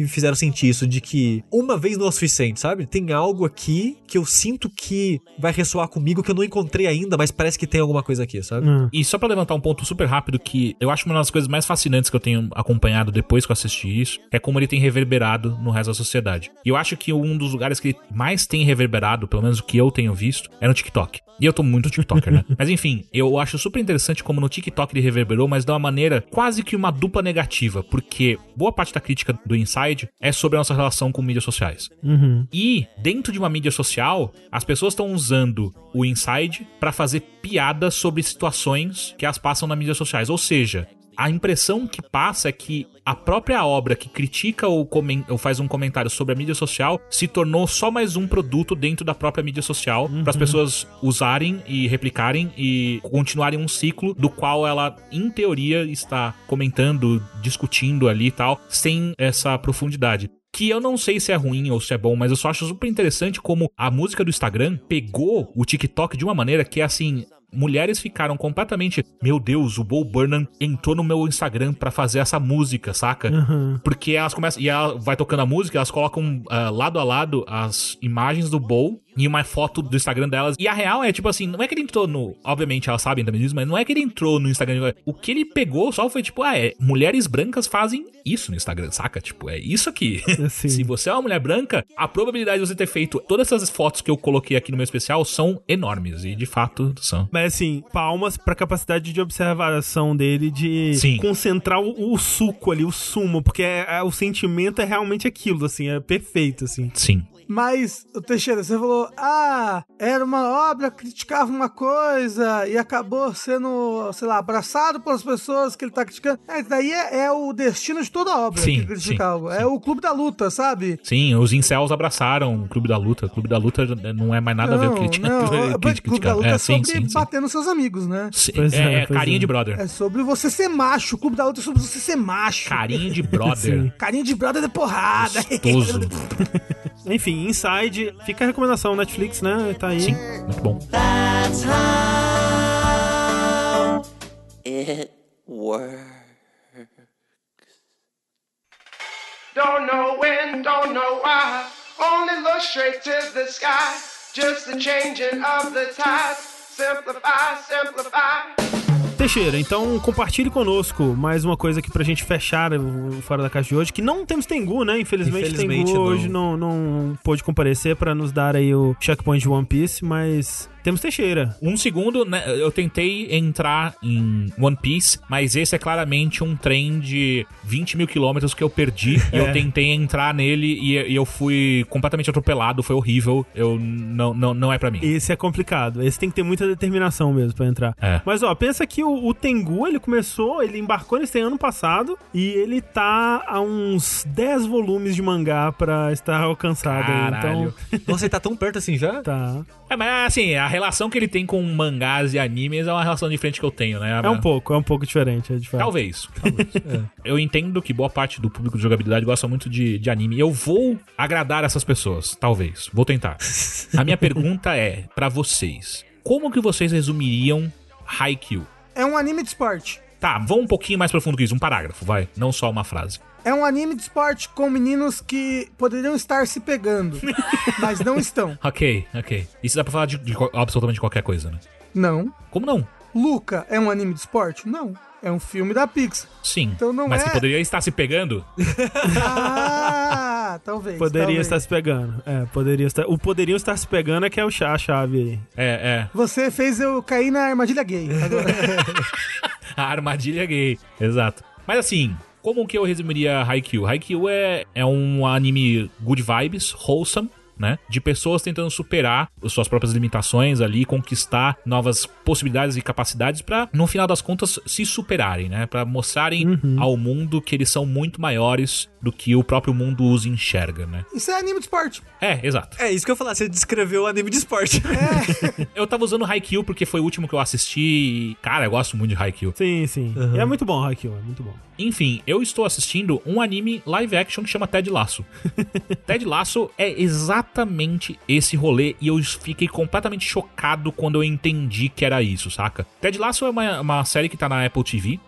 fizeram sentir isso, de que uma vez não é o suficiente, sabe? Tem algo aqui que eu sinto que vai ressoar comigo que eu não encontrei ainda, mas parece que tem alguma coisa aqui, sabe? Hum. E só pra levantar um ponto super rápido que eu acho uma das coisas mais fascinantes que eu tenho acompanhado depois que eu assisti isso, é como ele tem reverberado no resto da sociedade. E eu acho que um dos lugares que ele mais tem reverberado, pelo menos o que eu tenho visto, é no TikTok. E eu tô muito TikToker, né? Mas enfim, eu acho super interessante como no TikTok ele reverberou, mas de uma maneira quase que uma dupla negativa, porque boa parte da crítica do Inside é sobre a nossa relação com mídias sociais. Uhum. E, dentro de uma mídia social, as pessoas estão usando o Inside pra fazer piadas sobre situações que elas passam nas mídias sociais. Ou seja, a impressão que passa é que a própria obra que critica ou, comen- ou faz um comentário sobre a mídia social se tornou só mais um produto dentro da própria mídia social, uhum, para as pessoas usarem e replicarem e continuarem um ciclo do qual ela, em teoria, está comentando, discutindo ali e tal, sem essa profundidade. Que eu não sei se é ruim ou se é bom, mas eu só acho super interessante como a música do Instagram pegou o TikTok de uma maneira que é assim... Mulheres ficaram completamente... Meu Deus, o Bo Burnham entrou no meu Instagram pra fazer essa música, saca? Uhum. Porque elas começam... E ela vai tocando a música, elas colocam uh, lado a lado as imagens do Bo e uma foto do Instagram delas. E a real é, tipo assim, não é que ele entrou no... Obviamente, elas sabem também disso, mas não é que ele entrou no Instagram. O que ele pegou só foi, tipo, ah, é... Mulheres brancas fazem isso no Instagram, saca? Tipo, é isso aqui. Assim. Se você é uma mulher branca, a probabilidade de você ter feito... Todas essas fotos que eu coloquei aqui no meu especial são enormes. E, de fato, são. Mas assim, palmas pra capacidade de observação dele de Sim. concentrar o, o suco ali, o sumo, porque é, é, o sentimento é realmente aquilo, assim, é perfeito, assim. Sim. Mas, o Teixeira, você falou, ah, era uma obra, criticava uma coisa e acabou sendo, sei lá, abraçado pelas pessoas que ele tá criticando. É, isso daí é, é o destino de toda obra, Sim, que critica sim, algo. sim. É o clube da luta, sabe? Sim, os incels abraçaram o Clube da Luta. O Clube da Luta não é mais nada não, a ver com crítica. não, crítica, o clube crítica. da luta é, É, sim, sobre sim, sim. bater nos seus amigos, né? Sim, Pois é, é, é pois carinha é. de brother. É sobre você ser macho. O clube da luta é sobre você ser macho. Carinha de brother. Sim. Carinha de brother de porrada. Gostoso. Enfim, Inside, fica a recomendação, Netflix, né? Tá aí. Sim, muito bom. That's how it works. Don't know when, don't know why. Only look straight to the sky. Just the changing of the tides. Simplify, simplify. Teixeira, então compartilhe conosco mais uma coisa aqui pra gente fechar o Fora da Caixa de hoje, que não temos Tengu, né? Infelizmente, Infelizmente, Tengu não. hoje não, não pôde comparecer pra nos dar aí o checkpoint de One Piece, mas temos Teixeira. Um segundo, né, eu tentei entrar em One Piece, mas esse é claramente um trem de vinte mil quilômetros que eu perdi. E É. eu tentei entrar nele e, e eu fui completamente atropelado, foi horrível. Eu não, não, não é pra mim. Esse é complicado, esse tem que ter muita determinação mesmo pra entrar. É. Mas ó, pensa que o, o Tengu, ele começou, ele embarcou nesse ano passado e ele tá a uns dez volumes de mangá pra estar alcançado aí. Caralho. Então, Nossa, ele tá tão perto assim já? tá. É, mas assim, a relação que ele tem com mangás e animes é uma relação diferente que eu tenho, né? É um pouco, é um pouco diferente, é diferente. Talvez. Talvez. É. Eu entendo que boa parte do público de jogabilidade gosta muito de, de anime. Eu vou agradar essas pessoas, talvez. Vou tentar. A minha pergunta é, pra vocês, como que vocês resumiriam Haikyuu? É um anime de esporte. Tá, vamos um pouquinho mais profundo que isso. Um parágrafo, vai. Não só uma frase. É um anime de esporte com meninos que poderiam estar se pegando, mas não estão. Ok, ok. Isso dá pra falar de, de co- absolutamente qualquer coisa, né? Não. Como não? Luca é um anime de esporte? Não. É um filme da Pixar. Sim. Então não Mas é- que poderia estar se pegando? Ah, talvez. Poderia talvez. estar se pegando. É, poderia estar. O poderiam estar se pegando é que é o chá, a chave aí. É, é. Você fez eu cair na armadilha gay. Agora. A armadilha gay. Exato. Mas assim, como que eu resumiria Haikyuu? Haikyuu é, é um anime good vibes, wholesome, né? De pessoas tentando superar as suas próprias limitações ali, conquistar novas possibilidades e capacidades pra, no final das contas, se superarem, né? Pra mostrarem ao mundo que eles são muito maiores do que o próprio mundo os enxerga, né? Isso é anime de esporte. É, exato. É isso que eu ia falar, você descreveu o anime de esporte. Eu tava usando Haikyuu porque foi o último que eu assisti e, cara, eu gosto muito de Haikyuu. Sim, sim. E é muito bom, Haikyuu, é muito bom. Enfim, eu estou assistindo um anime live action que chama Ted Lasso. Ted Lasso é exatamente esse rolê e eu fiquei completamente chocado quando eu entendi que era isso, saca? Ted Lasso é uma, uma série que tá na Apple T V.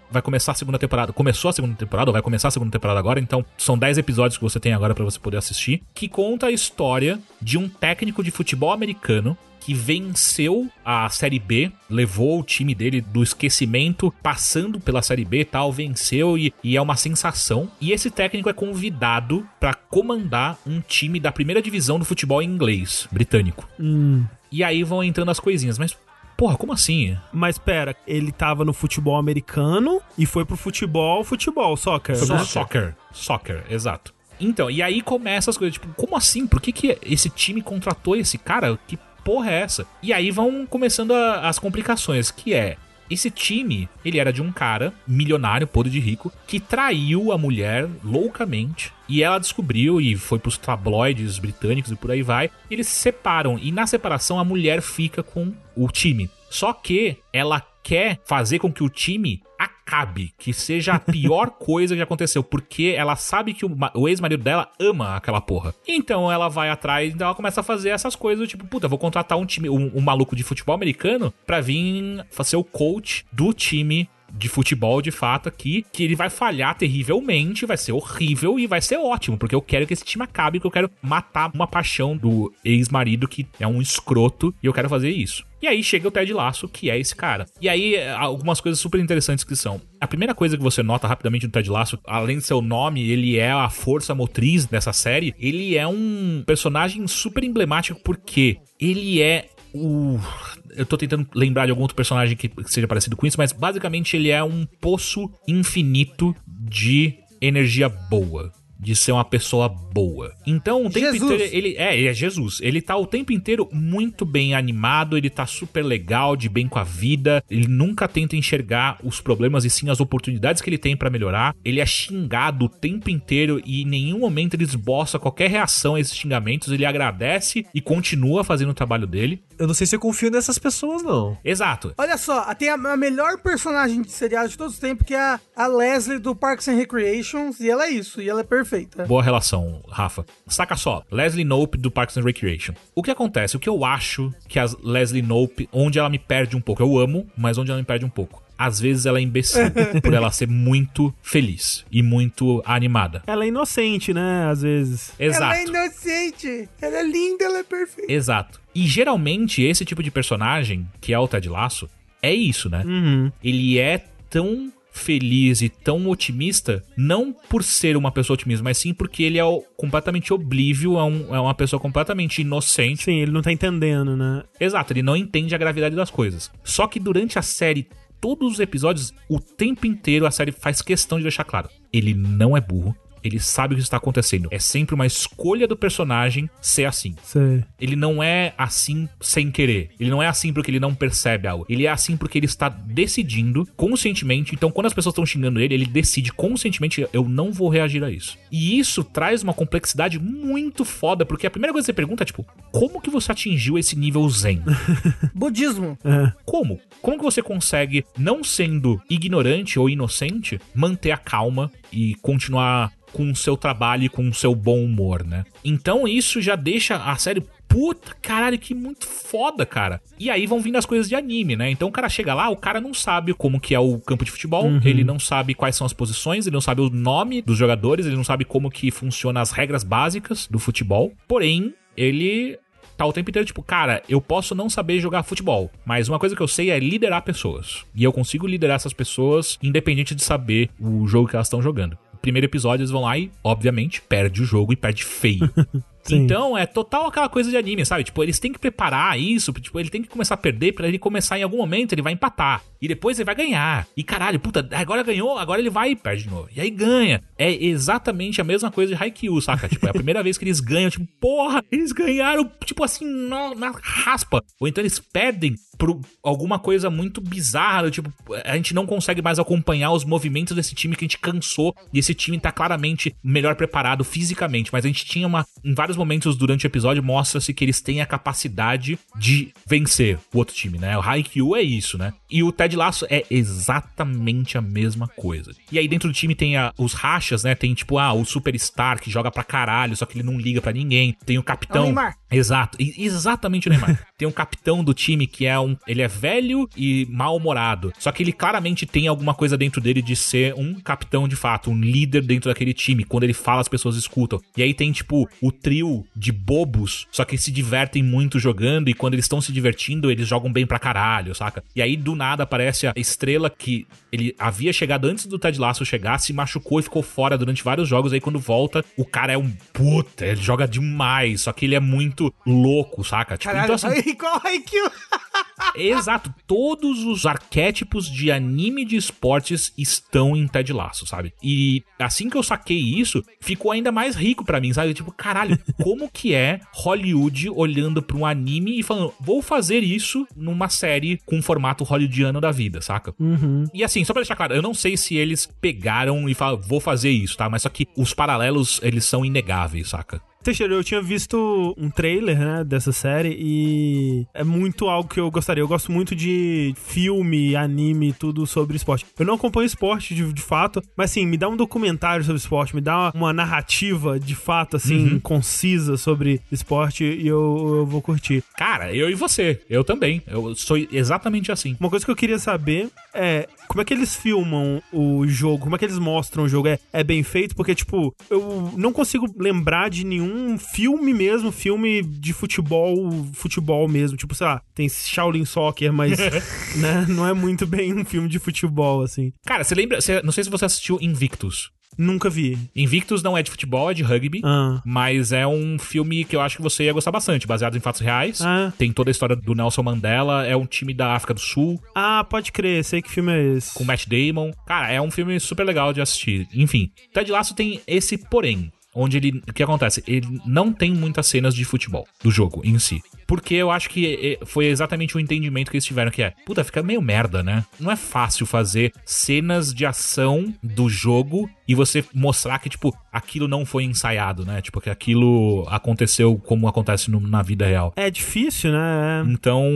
vai começar a segunda temporada. Começou a segunda temporada, ou vai começar a segunda temporada agora, então são dez episódios que você tem agora pra você poder assistir, que conta a história de um técnico de futebol americano que venceu a Série B, levou o time dele do esquecimento, passando pela Série B e tal, venceu e, e é uma sensação. E esse técnico é convidado pra comandar um time da primeira divisão do futebol inglês, britânico. Hum. E aí vão entrando as coisinhas, mas... Porra, como assim? Mas pera, ele tava no futebol americano e foi pro futebol, futebol, soccer. Foi pro né? soccer, soccer, exato. Então, e aí começa as coisas, tipo, como assim? Por que, que esse time contratou esse cara? Que porra é essa? E aí vão começando a, as complicações, que é... Esse time, ele era de um cara milionário, podre de rico, que traiu a mulher loucamente. E ela descobriu e foi pros tabloides britânicos e por aí vai. Eles se separam e na separação a mulher fica com o time. Só que ela quer fazer com que o time acabe, que seja a pior coisa que aconteceu, porque ela sabe que o, o ex-marido dela ama aquela porra. Então ela vai atrás, então ela começa a fazer essas coisas, tipo, puta, vou contratar um time, um, um maluco de futebol americano pra vir ser o coach do time de futebol, de fato, aqui, que ele vai falhar terrivelmente, vai ser horrível e vai ser ótimo, porque eu quero que esse time acabe, porque eu quero matar uma paixão do ex-marido que é um escroto, e eu quero fazer isso. E aí chega o Ted Lasso, que é esse cara. E aí, algumas coisas super interessantes que são. A primeira coisa que você nota rapidamente no Ted Lasso, além de seu nome, ele é a força motriz dessa série, ele é um personagem super emblemático, porque ele é o... Eu tô tentando lembrar de algum outro personagem que seja parecido com isso, mas basicamente ele é um poço infinito de energia boa, de ser uma pessoa boa. Então, o tempo Jesus. inteiro, ele é, ele é Jesus. Ele tá o tempo inteiro muito bem animado, ele tá super legal, de bem com a vida. Ele nunca tenta enxergar os problemas e sim as oportunidades que ele tem pra melhorar. Ele é xingado o tempo inteiro e em nenhum momento ele esboça qualquer reação a esses xingamentos. Ele agradece e continua fazendo o trabalho dele. Eu não sei se eu confio nessas pessoas, não. Exato. Olha só, tem a, a melhor personagem de seriado de todos os tempos, que é a, a Leslie do Parks and Recreations, e ela é isso, e ela é perfeita. Boa relação, Rafa. Saca só, Leslie Knope do Parks and Recreation. O que acontece? O que eu acho que a Leslie Knope, onde ela me perde um pouco, eu amo, mas onde ela me perde um pouco. Às vezes ela é imbecil, por ela ser muito feliz e muito animada. Ela é inocente, né? Às vezes. Exato. Ela é inocente, ela é linda, ela é perfeita. Exato. E geralmente esse tipo de personagem, que é o Ted Lasso, é isso, né? Uhum. Ele é tão feliz e tão otimista, não por ser uma pessoa otimista, mas sim porque ele é completamente oblívio, é, um, é uma pessoa completamente inocente. Sim, ele não tá entendendo, né? Exato, ele não entende a gravidade das coisas. Só que durante a série, todos os episódios, o tempo inteiro a série faz questão de deixar claro, ele não é burro. Ele sabe o que está acontecendo. É sempre uma escolha do personagem ser assim. Sei. Ele não é assim sem querer. Ele não é assim porque ele não percebe algo. Ele é assim porque ele está decidindo conscientemente. Então, quando as pessoas estão xingando ele, ele decide conscientemente, eu não vou reagir a isso. E isso traz uma complexidade muito foda, porque a primeira coisa que você pergunta é, tipo, como que você atingiu esse nível zen? Budismo. É. Como? Como que você consegue, não sendo ignorante ou inocente, manter a calma e continuar com o seu trabalho e com o seu bom humor, né? Então isso já deixa a série... Puta, caralho, que muito foda, cara. E aí vão vindo as coisas de anime, né? Então o cara chega lá, o cara não sabe como que é o campo de futebol, uhum. Ele não sabe quais são as posições, ele não sabe o nome dos jogadores, ele não sabe como que funcionam as regras básicas do futebol. Porém, ele... tá o tempo inteiro, tipo, cara, eu posso não saber jogar futebol, mas uma coisa que eu sei é liderar pessoas. E eu consigo liderar essas pessoas independente de saber o jogo que elas estão jogando. No primeiro episódio eles vão lá e, obviamente, perde o jogo e perde feio. Então é total aquela coisa de anime, sabe? Tipo, eles têm que preparar isso, tipo, ele tem que começar a perder pra ele começar em algum momento, ele vai empatar. E depois ele vai ganhar. E caralho, puta, agora ganhou, agora ele vai e perde de novo. E aí ganha. É exatamente a mesma coisa de Haikyuu, saca? Tipo, é a primeira vez que eles ganham, tipo, porra, eles ganharam, tipo assim, na, na raspa. Ou então eles perdem por alguma coisa muito bizarra, tipo, a gente não consegue mais acompanhar os movimentos desse time que a gente cansou. E esse time tá claramente melhor preparado fisicamente, mas a gente tinha uma... Em vários momentos durante o episódio mostra-se que eles têm a capacidade de vencer o outro time, né? O Haikyuu é isso, né? E o Ted Ted Lasso é exatamente a mesma coisa. E aí dentro do time tem a, os rachas, né? Tem tipo, ah, o superstar que joga pra caralho, só que ele não liga pra ninguém. Tem o capitão... É o Neymar. Exato, e- exatamente o Neymar. Tem um capitão do time que é um... Ele é velho e mal-humorado. Só que ele claramente tem alguma coisa dentro dele de ser um capitão de fato, um líder dentro daquele time. Quando ele fala, as pessoas escutam. E aí tem, tipo, o trio de bobos, só que se divertem muito jogando. E quando eles estão se divertindo, eles jogam bem pra caralho, saca? E aí, do nada, aparece a estrela que ele havia chegado antes do Ted Lasso chegar, se machucou e ficou fora durante vários jogos. Aí quando volta, o cara é um puta, ele joga demais. Só que ele é muito louco, saca? Tipo, Caralho, então assim... igual a I Q. Exato, todos os arquétipos de anime de esportes estão em Ted Lasso, sabe? E assim que eu saquei isso, ficou ainda mais rico pra mim, sabe? Tipo, caralho, como que é Hollywood olhando pra um anime e falando, vou fazer isso numa série com um formato hollywoodiano da vida, saca? Uhum. E assim, só pra deixar claro, eu não sei se eles pegaram e falaram, vou fazer isso, tá? Mas só que os paralelos, eles são inegáveis, saca? Teixeira, eu tinha visto um trailer, né, dessa série e é muito algo que eu gostaria. Eu gosto muito de filme, anime, tudo sobre esporte. Eu não acompanho esporte de, de fato, mas assim, me dá um documentário sobre esporte, me dá uma, uma narrativa de fato, assim, Uhum. concisa sobre esporte e eu, eu vou curtir. Cara, eu e você, eu também. Eu sou exatamente assim. Uma coisa que eu queria saber é como é que eles filmam o jogo, como é que eles mostram o jogo. É, é bem feito? Porque, tipo, eu não consigo lembrar de nenhum filme mesmo, filme de futebol, futebol mesmo. Tipo, sei lá, tem Shaolin Soccer, mas né, não é muito bem um filme de futebol, assim. Cara, você lembra... Você, não sei se você assistiu Invictus. Nunca vi. Invictus não é de futebol, é de rugby. Ah. Mas é um filme que eu acho que você ia gostar bastante, baseado em fatos reais. Ah. Tem toda a história do Nelson Mandela. É um time da África do Sul, Ah, pode crer, sei que filme é esse. com Matt Damon. Cara, é um filme super legal de assistir. Enfim, Ted Lasso tem esse porém. Onde ele... O que acontece? Ele não tem muitas cenas de futebol do jogo em si. Porque eu acho que foi exatamente o entendimento que eles tiveram, que é... Puta, fica meio merda, né? Não é fácil fazer cenas de ação do jogo e você mostrar que, tipo, aquilo não foi ensaiado, né? Tipo, que aquilo aconteceu como acontece no, na vida real. É difícil, né? Então,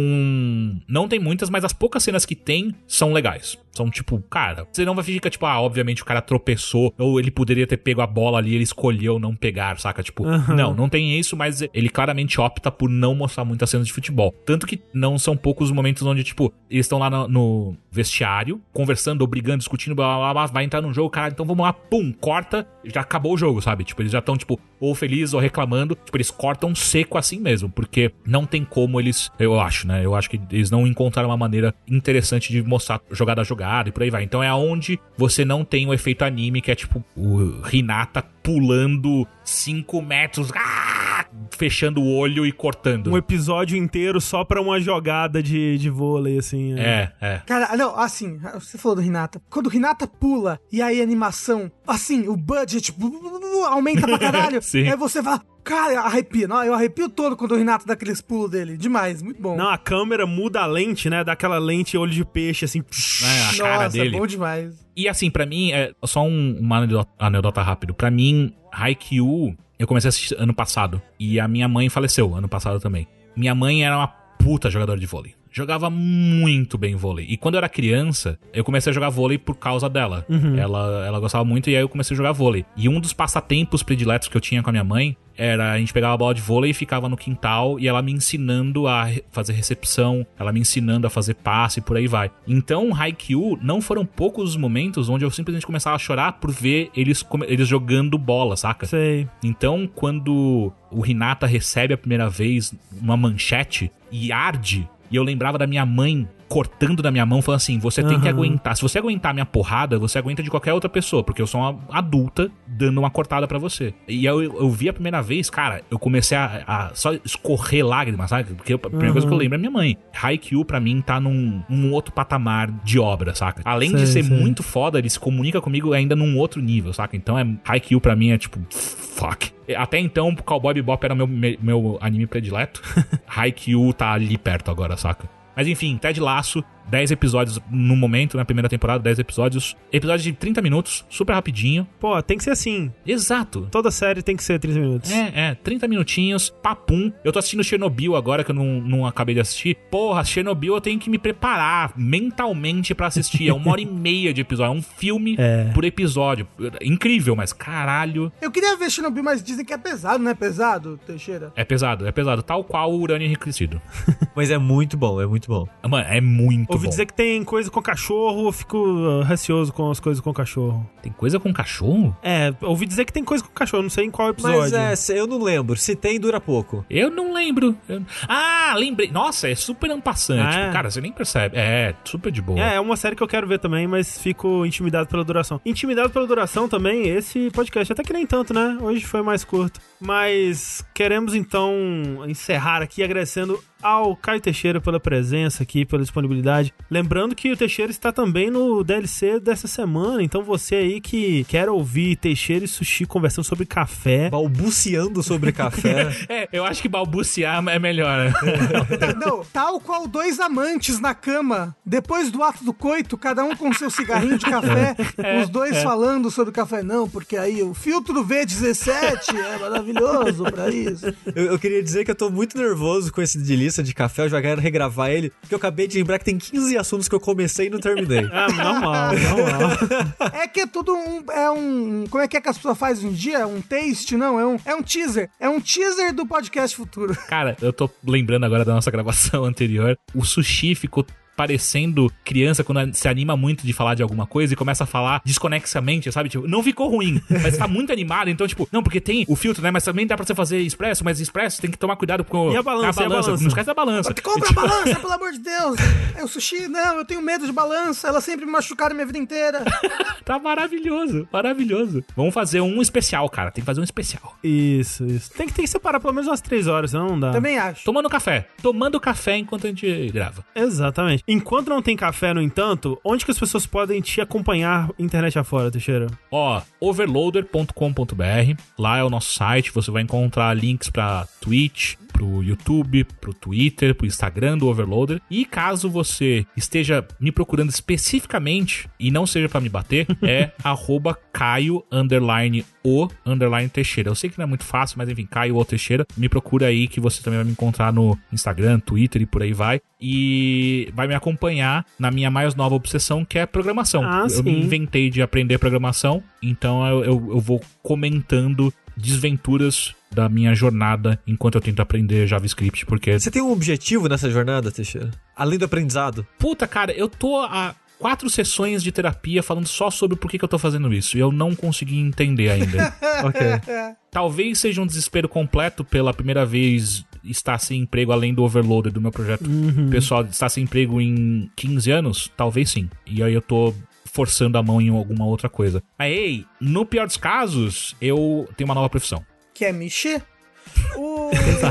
não tem muitas, mas as poucas cenas que tem são legais. São tipo, cara, você não vai fingir que, tipo, ah, obviamente o cara tropeçou, ou ele poderia ter pego a bola ali, ele escolheu não pegar, saca? Tipo, Uhum. não, não tem isso, mas ele claramente opta por não mostrar muitas cenas de futebol. Tanto que não são poucos os momentos onde, tipo, eles estão lá no, no vestiário, conversando, ou brigando, discutindo, blá, blá, blá, vai entrar num jogo, cara, então vamos lá, pum, corta, já acabou o jogo, sabe? Tipo, eles já estão, tipo, ou felizes ou reclamando, tipo, eles cortam seco assim mesmo, porque não tem como eles, eu acho, né? Eu acho que eles não encontraram uma maneira interessante de mostrar jogada a jogada e por aí vai. Então é onde você não tem o efeito anime, que é tipo o Hinata pulando cinco metros, ah, fechando o olho e cortando. Um episódio inteiro só pra uma jogada de, de vôlei, assim. É, é. Cara, não, assim, você falou do Hinata. Quando o Hinata pula e aí a animação, assim, o budget bu- bu- bu- aumenta pra caralho. Sim. Aí você fala, cara, arrepia. Não, eu arrepio todo quando o Hinata dá aqueles pulos dele. Demais, muito bom. Não, a câmera muda a lente, né? Dá aquela lente olho de peixe, assim. É, a cara Nossa, dele. bom demais. E assim, pra mim, é só um, uma anedota, anedota rápido. Pra mim, Haikyuu, eu comecei a assistir ano passado. E a minha mãe faleceu ano passado também. Minha mãe era uma puta jogadora de vôlei. Jogava muito bem vôlei. E quando eu era criança, eu comecei a jogar vôlei por causa dela. Uhum. Ela, ela gostava muito e aí eu comecei a jogar vôlei. E um dos passatempos prediletos que eu tinha com a minha mãe era a gente pegava a bola de vôlei e ficava no quintal e ela me ensinando a re- fazer recepção, ela me ensinando a fazer passe e por aí vai. Então, Haikyuu, não foram poucos os momentos onde eu simplesmente começava a chorar por ver eles, come- eles jogando bola, saca? Sei. Então, quando o Hinata recebe a primeira vez uma manchete e arde, e eu lembrava da minha mãe cortando da minha mão, falando assim, você tem que Aham. aguentar. Se você aguentar a minha porrada, você aguenta de qualquer outra pessoa, porque eu sou uma adulta dando uma cortada pra você. E eu, eu vi a primeira vez, cara, eu comecei a, a só escorrer lágrimas, sabe? Porque a primeira coisa que eu lembro é minha mãe. Haikyuu, pra mim, tá num, num outro patamar de obra, saca? Além de Sei, ser sei. muito foda, ele se comunica comigo ainda num outro nível, saca? Então, é, Haikyuu pra mim é tipo, fuck. Até então, Cowboy Bebop era meu, meu, meu anime predileto. Haikyuu tá ali perto agora, saca? Mas enfim, Ted Lasso, dez episódios no momento, na primeira temporada, dez episódios. Episódio de trinta minutos, super rapidinho. Pô, tem que ser assim. Exato. Toda série tem que ser trinta minutos. É, é, trinta minutinhos, papum. Eu tô assistindo Chernobyl agora, que eu não, não acabei de assistir. Porra, Chernobyl eu tenho que me preparar mentalmente pra assistir. É uma hora e meia de episódio, é um filme É. por episódio. Incrível, mas caralho. Eu queria ver Chernobyl, mas dizem que é pesado, não é pesado, Teixeira? É pesado, é pesado. Tal qual o urânio enriquecido. Mas é muito bom, é muito bom. Mano, é muito Ouvi bom. dizer que tem coisa com cachorro, eu fico uh, receoso com as coisas com cachorro. Tem coisa com cachorro? É, ouvi dizer que tem coisa com cachorro, não sei em qual episódio. Mas é, se- eu não lembro. Se tem, dura pouco. Eu não lembro. Eu- Ah, lembrei. Nossa, é super ampassante. Ah, é? Tipo, cara, você nem percebe. É, super de boa. É, é uma série que eu quero ver também, mas fico intimidado pela duração. Intimidado pela duração também, esse podcast. Até que nem tanto, né? Hoje foi mais curto. Mas queremos então encerrar aqui agradecendo ao Caio Teixeira pela presença aqui, pela disponibilidade. Lembrando que o Teixeira está também no D L C dessa semana, então você aí que quer ouvir Teixeira e Sushi conversando sobre café... Balbuciando sobre café. É, eu acho que balbuciar é melhor. Tá, não, tal qual dois amantes na cama, depois do ato do coito, cada um com seu cigarrinho de café, os dois falando sobre café. Não, porque aí o filtro V dezessete é maravilhoso pra isso. eu, eu queria dizer que eu tô muito nervoso com esse de lista de café. Eu já quero regravar ele, porque eu acabei de lembrar que tem quinze assuntos que eu comecei e não terminei. Ah, normal, normal. É que é tudo um. É um. Como é que é que as pessoas fazem hoje em dia? É um taste, não? É um, é um teaser. É um teaser do podcast futuro. Cara, eu tô lembrando agora da nossa gravação anterior. O Sushi ficou parecendo criança quando se anima muito de falar de alguma coisa e começa a falar desconexamente, sabe? Tipo, não ficou ruim, mas tá muito animado. Então, tipo, não, porque tem o filtro, né? Mas também dá pra você fazer expresso, mas expresso tem que tomar cuidado com E a balança, e a balança? Não esquece da balança. Compra a balança, pelo amor de Deus. É o sushi, não, eu tenho medo de balança. Elas sempre me machucaram minha vida inteira. Tá maravilhoso, maravilhoso. Vamos fazer um especial, cara. Tem que fazer um especial. Isso, isso. Tem que, tem que separar pelo menos umas três horas, senão não dá. Também acho. Tomando café. Tomando café enquanto a gente grava. Exatamente. Enquanto não tem café, no entanto, onde que as pessoas podem te acompanhar internet afora, Teixeira? Ó, overloader ponto com ponto b r. Lá é o nosso site. Você vai encontrar links pra Twitch, pro YouTube, pro Twitter, pro Instagram do Overloader. E caso você esteja me procurando especificamente e não seja pra me bater, é arroba Caio underline o underline Teixeira. Eu sei que não é muito fácil, mas enfim, Caio o Teixeira. Me procura aí que você também vai me encontrar no Instagram, Twitter e por aí vai. E vai me acompanhar na minha mais nova obsessão, que é programação. Ah, eu sim. me inventei de aprender programação, então eu, eu, eu vou comentando desventuras da minha jornada enquanto eu tento aprender JavaScript, porque... Você tem um objetivo nessa jornada, Teixeira? Além do aprendizado? Puta, cara, eu tô há quatro sessões de terapia falando só sobre por que, que eu tô fazendo isso, e eu não consegui entender ainda. Ok. Talvez seja um desespero completo pela primeira vez estar sem emprego, além do Overloader do meu projeto pessoal, estar sem emprego em quinze anos, talvez sim. E aí eu tô forçando a mão em alguma outra coisa. Mas, ei, no pior dos casos, eu tenho uma nova profissão. Quer mexer? O...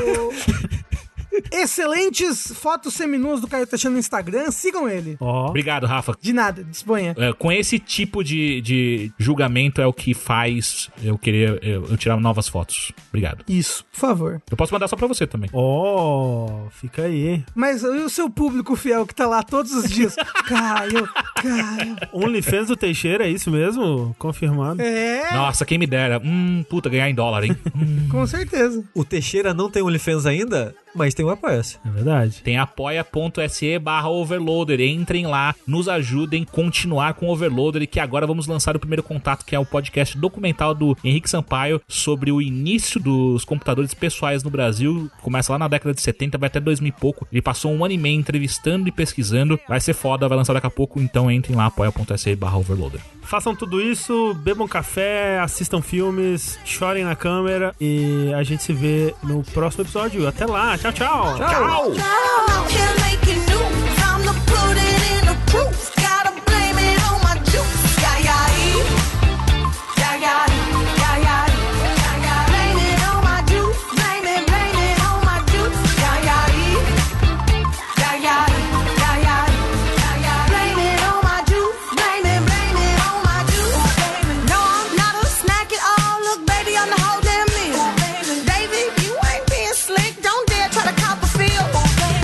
Excelentes fotos seminuas do Caio Teixeira no Instagram. Sigam ele. Ó. Obrigado, Rafa. De nada, disponha. É, com esse tipo de, de julgamento é o que faz eu querer eu, eu tirar novas fotos. Obrigado. Isso, por favor. Eu posso mandar só pra você também. Ó, fica aí. Mas e o seu público fiel que tá lá todos os dias? Caio, Caio. OnlyFans do Teixeira, é isso mesmo? Confirmado. É, Nossa, quem me dera. Hum, puta, ganhar em dólar, hein? Hum. com certeza. O Teixeira não tem OnlyFans ainda, mas tem um Apoia-se. É verdade. Tem apoia.se barra overloader. Entrem lá, nos ajudem a continuar com o Overloader, e que agora vamos lançar o primeiro contato, que é o podcast documental do Henrique Sampaio sobre o início dos computadores pessoais no Brasil. Começa lá na década de setenta, vai até dois mil e pouco. Ele passou um ano e meio entrevistando e pesquisando. Vai ser foda, vai lançar daqui a pouco, então entrem lá, apoia.se barra overloader. Façam tudo isso, bebam café, assistam filmes, chorem na câmera e a gente se vê no próximo episódio. Até lá, tchau, tchau. Tchau! Out here making news, time to put it in the proof. Gotta blame it on my juice. Yeah, yeah, yeah, yeah, yeah, yeah, yeah. Blame it on my juice, blame it, blame it on my juice. Yeah, yeah, yeah, yeah, yeah, yeah, yeah. Blame it on my juice, blame it, blame it on my juice. No, I'm not a snack at all. Look, baby, I'm the whole damn meal. Baby, you ain't being slick. Don't dare try to cop a feel.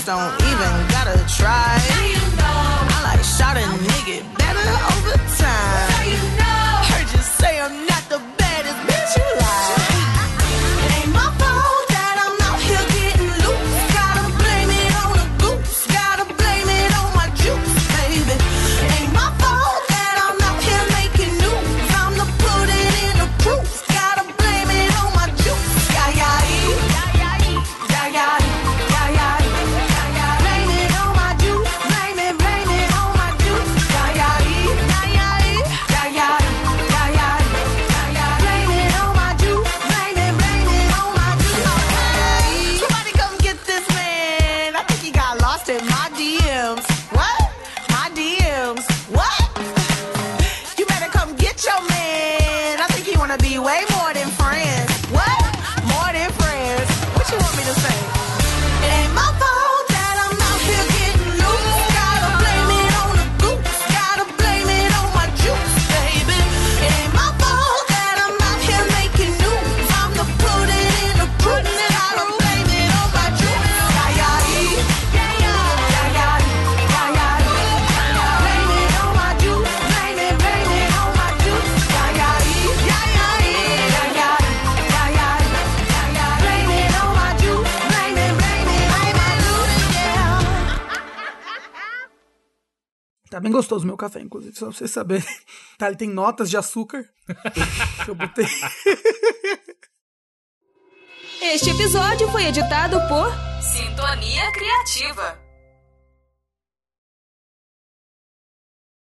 just don't even gotta try. I like shot a nigga better over time. Heard you say I'm not the baddest bitch you like. It ain't my fault that I'm out here getting loose. Gotta blame it on the goose. Gotta blame it on my juice, baby. It ain't my fault that I'm out here making news. I'm the put it in the proof. Gotta blame it on my juice. Yeah, yeah, yeah, yeah, yeah, yeah, yeah, yeah, yeah. Blame it on my juice. Blame it, blame it on my juice. Yeah, yeah, yeah, yeah, yeah, yeah, yeah, yeah, yeah. Blame it on my juice. Blame it, blame it on my juice. Okay. Somebody come get this man. I think he got lost in my D Ms. What? My D Ms. What? You better come get your man. I think he wanna be way more than friends. What? More than friends. What you want me to say? It ain't my fault that I'm out here getting loose. Gotta blame it on the goose. Gotta blame it on my juice, baby. It ain't my fault that I'm out here making news. I'm the put it in the proof. Gotta blame it on my juice. Yeah, yeah, yeah, yeah, yeah, yeah, yeah, yeah. Blame it on my juice. Blame it, blame it on my juice. Yeah, yeah, yeah, yeah, yeah, yeah, yeah, yeah, yeah. Blame it on my juice. Blame it, blame it on my juice. Yeah. Tá bem gostoso o meu café, inclusive, só pra vocês saberem. Tá, ele tem notas de açúcar. Que eu botei. Este episódio foi editado por Sintonia Criativa.